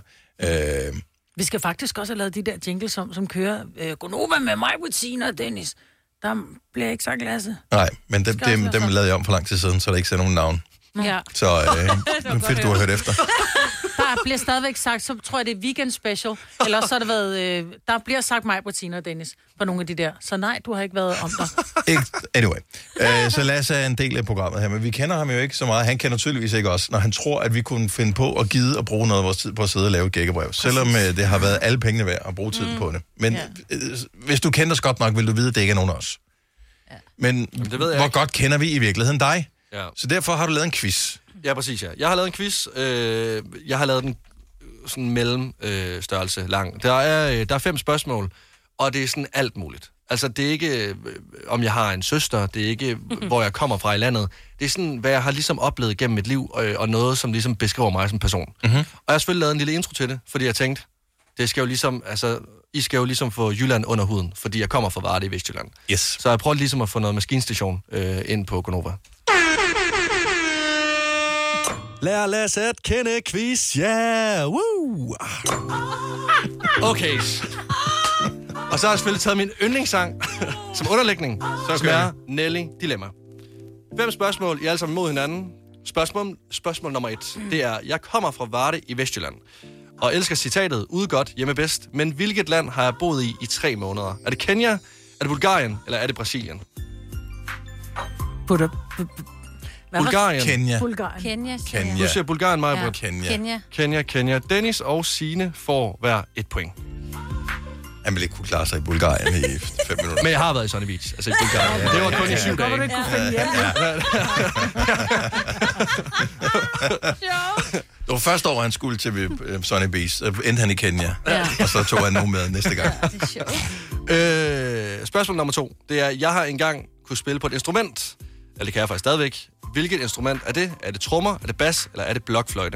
Vi skal faktisk også have lavet de der jingles, som kører Gonova med mig, Signe og Dennis. Der bliver ikke sagt Lasse. Nej, men dem lavede jeg om for lang tid siden, så der ikke ser nogen navn Ja. Så fedt, du har hørt efter. Der bliver stadigvæk sagt, så tror jeg, det er weekend special. Eller så har det været... der bliver sagt mig, Bettina og Dennis, på nogle af de der. Så nej, du har ikke været om dig. Anyway. Så Lasse er en del af programmet her, men vi kender ham jo ikke så meget. Han kender tydeligvis ikke os, når han tror, at vi kunne finde på at gide og bruge noget af vores tid på at sidde og lave et gækkebrev. Selvom det har været alle pengene værd at bruge tiden på det. Men hvis du kender os godt nok, vil du vide, at det ikke er nogen af os. Ja. Men det ved hvor godt kender vi i virkeligheden dig? Ja. Så derfor har du lavet en quiz. Ja, præcis, ja. Jeg har lavet en quiz. Jeg har lavet den sådan mellem størrelse lang. Der er 5 spørgsmål, og det er sådan alt muligt. Altså, det er ikke, om jeg har en søster, det er ikke, hvor jeg kommer fra i landet. Det er sådan, hvad jeg har ligesom oplevet gennem mit liv, og noget, som ligesom beskriver mig som person. Mm-hmm. Og jeg har selvfølgelig lavet en lille intro til det, fordi jeg tænkte, det skal jo ligesom, altså, I skal jo ligesom få Jylland under huden, fordi jeg kommer fra Varde i Vestjylland. Yes. Så jeg prøvede ligesom at få noget maskinstation ind på Gonova. Lær Lasse at kende quiz, ja! Woo! Okay. Og så har jeg selvfølgelig taget min yndlingssang som underlægning, som er Nelly Dilemma. 5 spørgsmål, I alle sammen mod hinanden. Spørgsmål nummer 1, det er, jeg kommer fra Varde i Vestjylland, og elsker citatet, ude godt, hjemme bedst, men hvilket land har jeg boet i 3 måneder? Er det Kenya, er det Bulgarien, eller er det Brasilien? Bulgarien. Kenya. Kenya. Du siger Bulgarien, Maja. Kenya. Dennis og Signe får hver 1 point. Han ville ikke kunne klare sig i Bulgarien i 5 minutter. Men jeg har været i Sunny Beach, altså i Bulgarien. Det var kun i 7 dage. Det var første år, han skulle til Sunny Beach. Så endte han i Kenya. Ja. Og så tog han nogen med næste gang. Spørgsmål nummer 2. Det er, jeg har engang kunne spille på et instrument. Eller det kan jeg faktisk stadigvæk. Hvilket instrument er det? Er det trommer, er det bas, eller er det blokfløjte?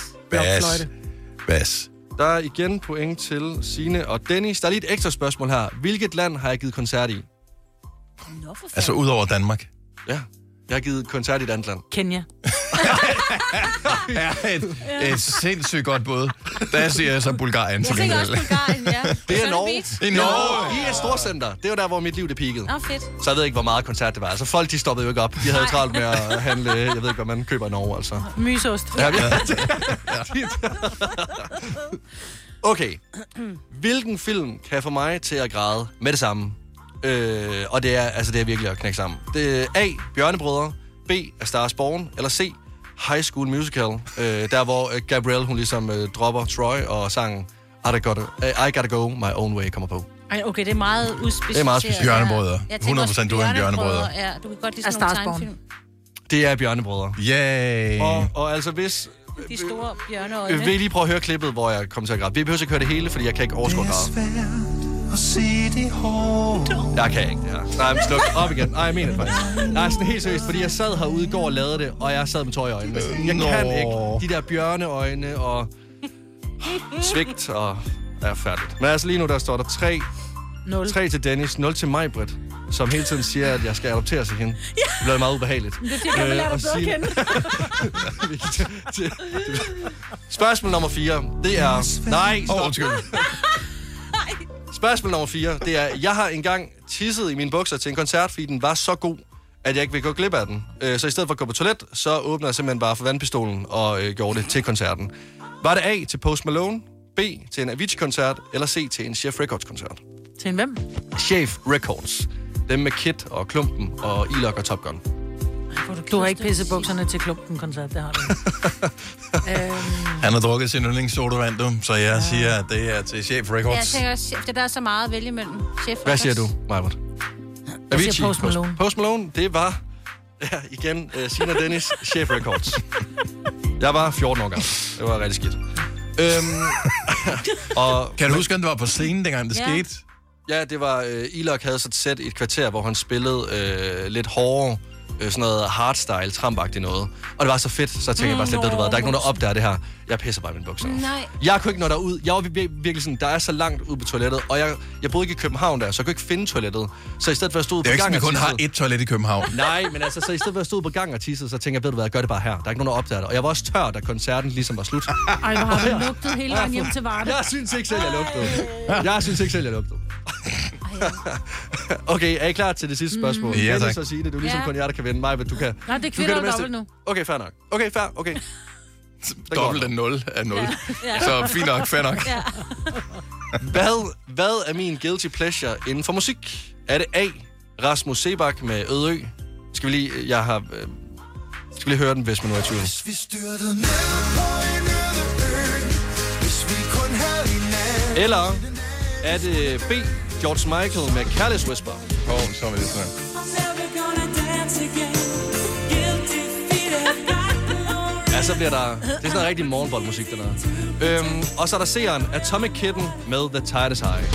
Bas. Der er igen point til Signe og Dennis. Der er lige et ekstra spørgsmål her. Hvilket land har jeg givet koncert i? Altså ud over Danmark? Ja, jeg har givet koncert i et andet land. Kenya. et sindssygt godt bud. Der siger jeg så Bulgarien. Jeg tænker også Bulgarien, ja. Det er Norge. I Norge. I et storcenter. Det var der, hvor mit liv det peakede. Fedt. Så jeg ved ikke, hvor meget koncert det var. Altså folk, de stoppede jo ikke op. De havde travlt med at handle, jeg ved ikke, hvad man køber i Norge, altså. Mysost. Ja. Okay. Hvilken film kan få mig til at græde med det samme? Og det er virkelig at knække sammen. Det er A. Bjørnebrødre, B. A Star is Born, eller C. High School Musical, der hvor Gabrielle, hun ligesom dropper Troy, og sangen I Gotta Go My Own Way kommer på. Ej, okay, det er meget udspecificeret. Det er meget specifikt. Bjørnebrødre. 100% du er en bjørnebrødre. Ja, du kan godt lide sådan nogle tegnefilm. Det er Bjørnebrødre. Yay! Og altså hvis... De store bjørneøjne. Vil I lige prøve at høre klippet, hvor jeg kommer til at græde? Vi behøver ikke høre det hele, fordi jeg kan ikke overskue at græde. Jeg kan ikke det her. Nej, men sluk op igen. Nej, jeg mener det faktisk. Nej, sådan helt seriøst, fordi jeg sad herude i går og lavede det, og jeg sad med tøj i øjnene. Jeg kan ikke. De der bjørneøjne og svigt og... er færdigt. Men altså lige nu, der står der 3 til Dennis, 0 til mig, Britt, som hele tiden siger, at jeg skal adoptere sig hende. Det bliver meget ubehageligt. Det kan vi lære dig bedre at kende. Spørgsmål nummer 4, det er... Nej, undskyld. Spørgsmål nummer 4, det er, jeg har engang tisset i mine bukser til en koncert, fordi den var så god, at jeg ikke vil gå glip af den. Så i stedet for at gå på toilet, så åbner jeg simpelthen bare for vandpistolen og gjorde det til koncerten. Var det A til Post Malone, B til en Avicii-koncert, eller C til en Chef Records-koncert? Til en hvem? Chef Records. Dem med Kid og Klumpen og E-Lock og Top Gun. Du har ikke pisset bukserne til Klumpen-koncert, det har du. Han har drukket sin yndlingssodavand, du, så jeg siger, at det er til Chef Records. Ja, jeg tænker også, det der er så meget at vælge mellem Chef Records. Hvad siger du, Majbert? Avicii, Post Malone. Post Malone, det var, igen, Signe og Dennis, Chef Records. Jeg var 14 år gammel. Det var rigtig skidt. Og kan du huske, at det var på scenen, dengang det skete? Ja, det var... E-Lock havde så et sæt i et kvarter, hvor han spillede lidt hårdere, sådan noget hardstyle, trampagtigt noget. Og det var så fedt, så jeg tænkte jeg bare, der er ikke nogen, der opdager det her. Jeg pisser bare i mine bukser. Nej. Jeg kunne ikke nå derud. Jeg var virkelig sådan, der er så langt ud på toilettet, og jeg boede ikke i København der, så jeg kunne ikke finde toilettet. Så i stedet for at stå på gang og tisse... Det er ikke, kun har et toilet i København. Nej, men altså, så i stedet for at stå på gang og tisse, så tænker jeg, ved du hvad, jeg gør det bare her. Der er ikke nogen, der opdager det. Og jeg var også tør, da koncerten ligesom var slut. Ej, hvor har du lugtet hele vejen hjem til Varde. Jeg synes ikke selv, jeg lugtede. Okay, er I klar til det sidste spørgsmål? Ja, tak. Så sige det. Du er ligesom kun jeg, der kan vinde mig, men du kan... Nej, det er kvinder og dobbelt nu. Okay, fair nok. Okay, fair, okay. Dobbelt af 0 er 0. Ja. Så fint nok, fair nok. Ja. Hvad er min guilty pleasure inden for musik? Er det A, Rasmus Seebach med Øde Ø? Skal vi lige høre den, hvis man nu er i tvivl? Hvis vi styrtede ned på en øde ø, hvis vi kun havde hinanden. Eller er det B, George Michael med Careless Whisper? Så er det sådan. Ja, så bliver der... Det er sådan noget rigtig morgenboldmusik, den der. Og så er der seeren Atomic Kitten med The Tide is High.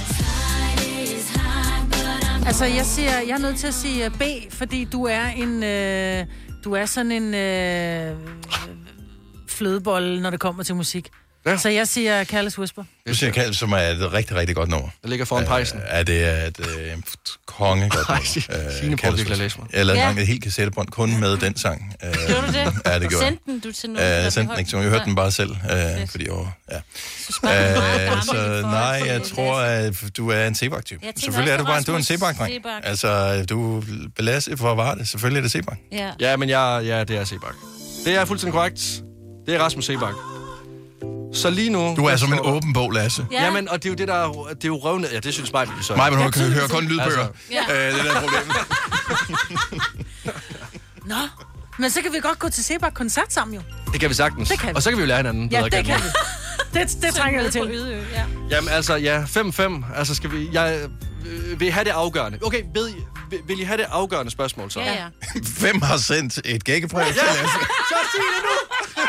Altså, jeg er nødt til at sige B, fordi du er sådan en flødebolle, når det kommer til musik. Ja. Så jeg siger Careless Whisper. Du siger Careless, som er et rigtig, rigtig godt nummer. Det ligger foran pejsen. Det er et konge godt nummer. Signe prøver virkelig at læse mig. Jeg lavede engang et helt kassettebånd kun med den sang. Gjorde du det? Ja, det gjorde jeg. Sendte du til nogen? Jeg sendte den ikke til nogen. Jeg hørte den bare selv, fordi jeg var... Ja. Så nej, jeg tror, at du er en Seebach-type. Selvfølgelig er du bare en Seebach-dreng. Altså, du er belastet for at vare det. Selvfølgelig er det Seebach. Ja, men det er Seebach. Det er fuldstændig korrekt. Det er Rasmus Seebach. Så lige nu... Du er som en åben bog, Lasse. Ja. Jamen, og det er jo det, der... Det er jo røvnet... Ja, det synes mig, så... Mig, men hun kan høre kun lydbøger. Altså. Det er problemet. Nå, men så kan vi godt gå til Seebach-koncert sammen, jo. Det kan vi sagtens. Det kan vi. Og så kan vi jo lære hinanden. Ja, det kan vi. Det trænger jeg til. Jamen, altså, ja, 5-5. Altså, skal vi... vil I have det afgørende? Okay, vil I have det afgørende spørgsmål, så? Ja. Hvem har sendt et gækkebrev til Lasse? Så sig det nu!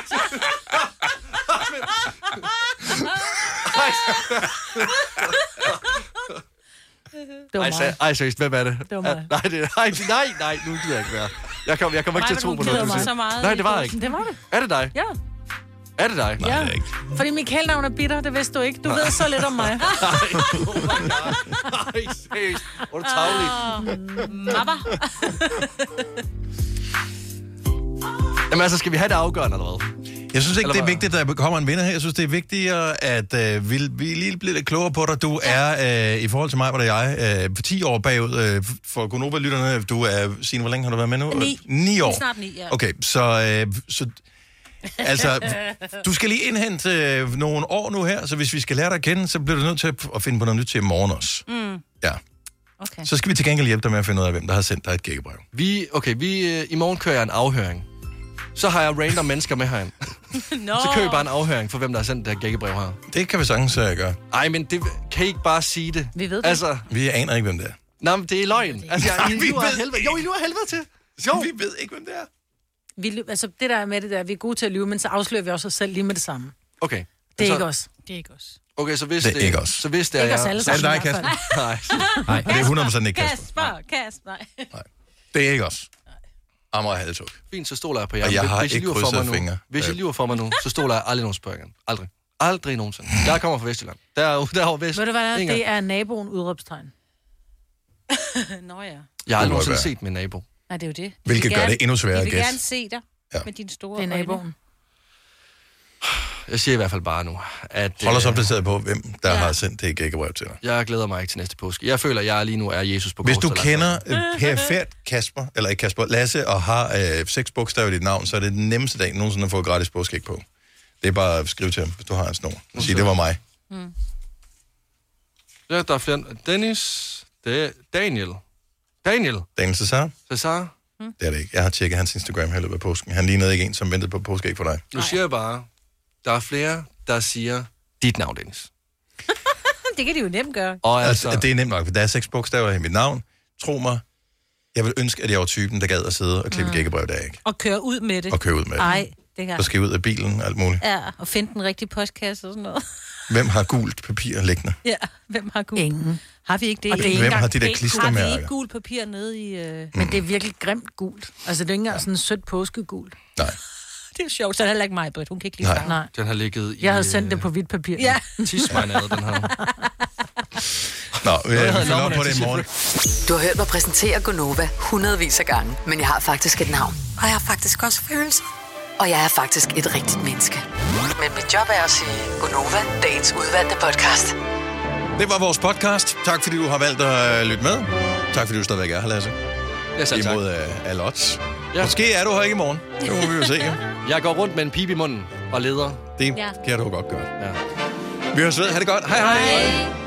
Ej, seriøst, hvem er det? Det var mig. Nej, nu gider jeg ikke være. Jeg kommer ikke til at tro på noget, du siger. Nej, det var ikke. Det var det. Er det dig? Ja. Er det dig? Nej, det er ikke. Fordi Michael navn er bitter, det vidste du ikke. Du ved så lidt om mig. Nej, seriøst. Hvor er du tavlig. Mappa. Jamen altså, skal vi have det afgørende eller hvad? Jeg synes ikke, det er vigtigt, at der kommer en vinder her. Jeg synes, det er vigtigere, at vi lige bliver lidt klogere på dig. Du er, i forhold til mig, hvor det er jeg, 10 år bagud for Gonova-lytterne. Du er, Signe, hvor længe har du været med nu? 9 år. Snart 9, ja. Okay, så altså, du skal lige indhente nogle år nu her, så hvis vi skal lære dig at kende, så bliver du nødt til at finde på noget nyt til i morgen også. Ja. Okay. Så skal vi til gengæld hjælpe dig med at finde ud af, hvem der har sendt dig et gækkebrev. I morgen kører jeg en afhøring. Så har jeg random mennesker med herinde. Så kører vi bare en afhøring for, hvem der har sendt det her gækkebrev her. Det kan vi sagtens gøre. Ej, men det kan I ikke bare sige det? Vi ved det. Altså, vi aner ikke, hvem det er. Nej, men det er løgn. Altså, I lurer helvede til. Jo, vi ved ikke, hvem det er. Altså, det der med det der, vi er gode til at lyve, men så afslører vi også os selv lige med det samme. Okay. Det er ikke os. Det er ikke os. Okay, så hvis det er ikke os. Så hvis det er ikke jeg... os alle Så er det dig, Kasper? Nej, det er 100% ikke Kasper. Nej. Det er ikke os. Amager Halsuk. Fint, så stoler jeg på jer. Og jeg har ikke krydset fingre. Hvis I lyver for mig nu, så stoler jeg aldrig nogen spørger igen. Aldrig. Aldrig nogensinde. Jeg kommer fra Vestjylland. Derovre vest. Ved du hvad, det er naboen udråbstegn. Nå ja. Jeg har aldrig nogensinde set min nabo. Nej, det er jo det. Hvilket gør det endnu sværere at gætte. Jeg vil gætte. gerne se dig med dine store øjne. Det er naboen. Jeg siger i hvert fald bare nu, at... Hold os opdateret på, hvem der har sendt det gækkebrev til dig. Jeg glæder mig ikke til næste påske. Jeg føler, at jeg lige nu er Jesus på Hvis du kender perfekt Kasper, eller ikke Kasper, Lasse, og har 6 bogstaver i dit navn, så er det den nemmeste dag nogensinde at få gratis påskæg på. Det er bare at skrive til ham, hvis du har en snor. Og sige, det var mig. Ja, der er flere. Dennis, det er Daniel. Daniel Cesar? Cesar? Det er det ikke. Jeg har tjekket hans Instagram her løbet af påsken. Han lignede ikke en, som ventede på påskæg for dig. Nu siger jeg bare, der er flere, der siger dit navn, Dennis. Det kan de jo nemt gøre. Og altså, det er nemt nok, for der er 6 bogstaver i mit navn. Tro mig, jeg vil ønske, at jeg var typen, der gad at sidde og klippe gækkebrev, der ikke. Og køre ud med det. Ej, det kan. Så skal ud af bilen, alt muligt. Ja, og finde den rigtige postkasse og sådan noget. Hvem har gult papir liggende? Ja, hvem har gult? Ingen. Har vi ikke det? Og det hvem har de der klistermærker? Har vi ikke gult papir nede i... Men det er virkelig grimt gult. Altså, det er ikke engang sådan sødt påskegult. Nej. Det er sjovt, så er det heller ikke mig, Britt. Hun kan ikke lide farven. Nej. Den har ligget i... Jeg havde sendt det på hvidt papir. Ja. Tidsmejnade, den her. Nå, vi følger op på det i morgen. Du har hørt mig præsentere Gonova hundredvis af gange, men jeg har faktisk et navn. Og jeg har faktisk også følelser. Og jeg er faktisk et rigtigt menneske. Men mit job er at sige Gonova, dagens udvalgte podcast. Det var vores podcast. Tak fordi du har valgt at lytte med. Tak fordi du stadigvæk er her, Lasse. Ja, selv tak. Imod alle odds. Ja. Måske er du her ikke i morgen. Det må vi jo se. Jeg går rundt med en pip i munden og leder. Det kan du godt gøre. Ja. Vi høres ved. Ha' det godt. Hej hej.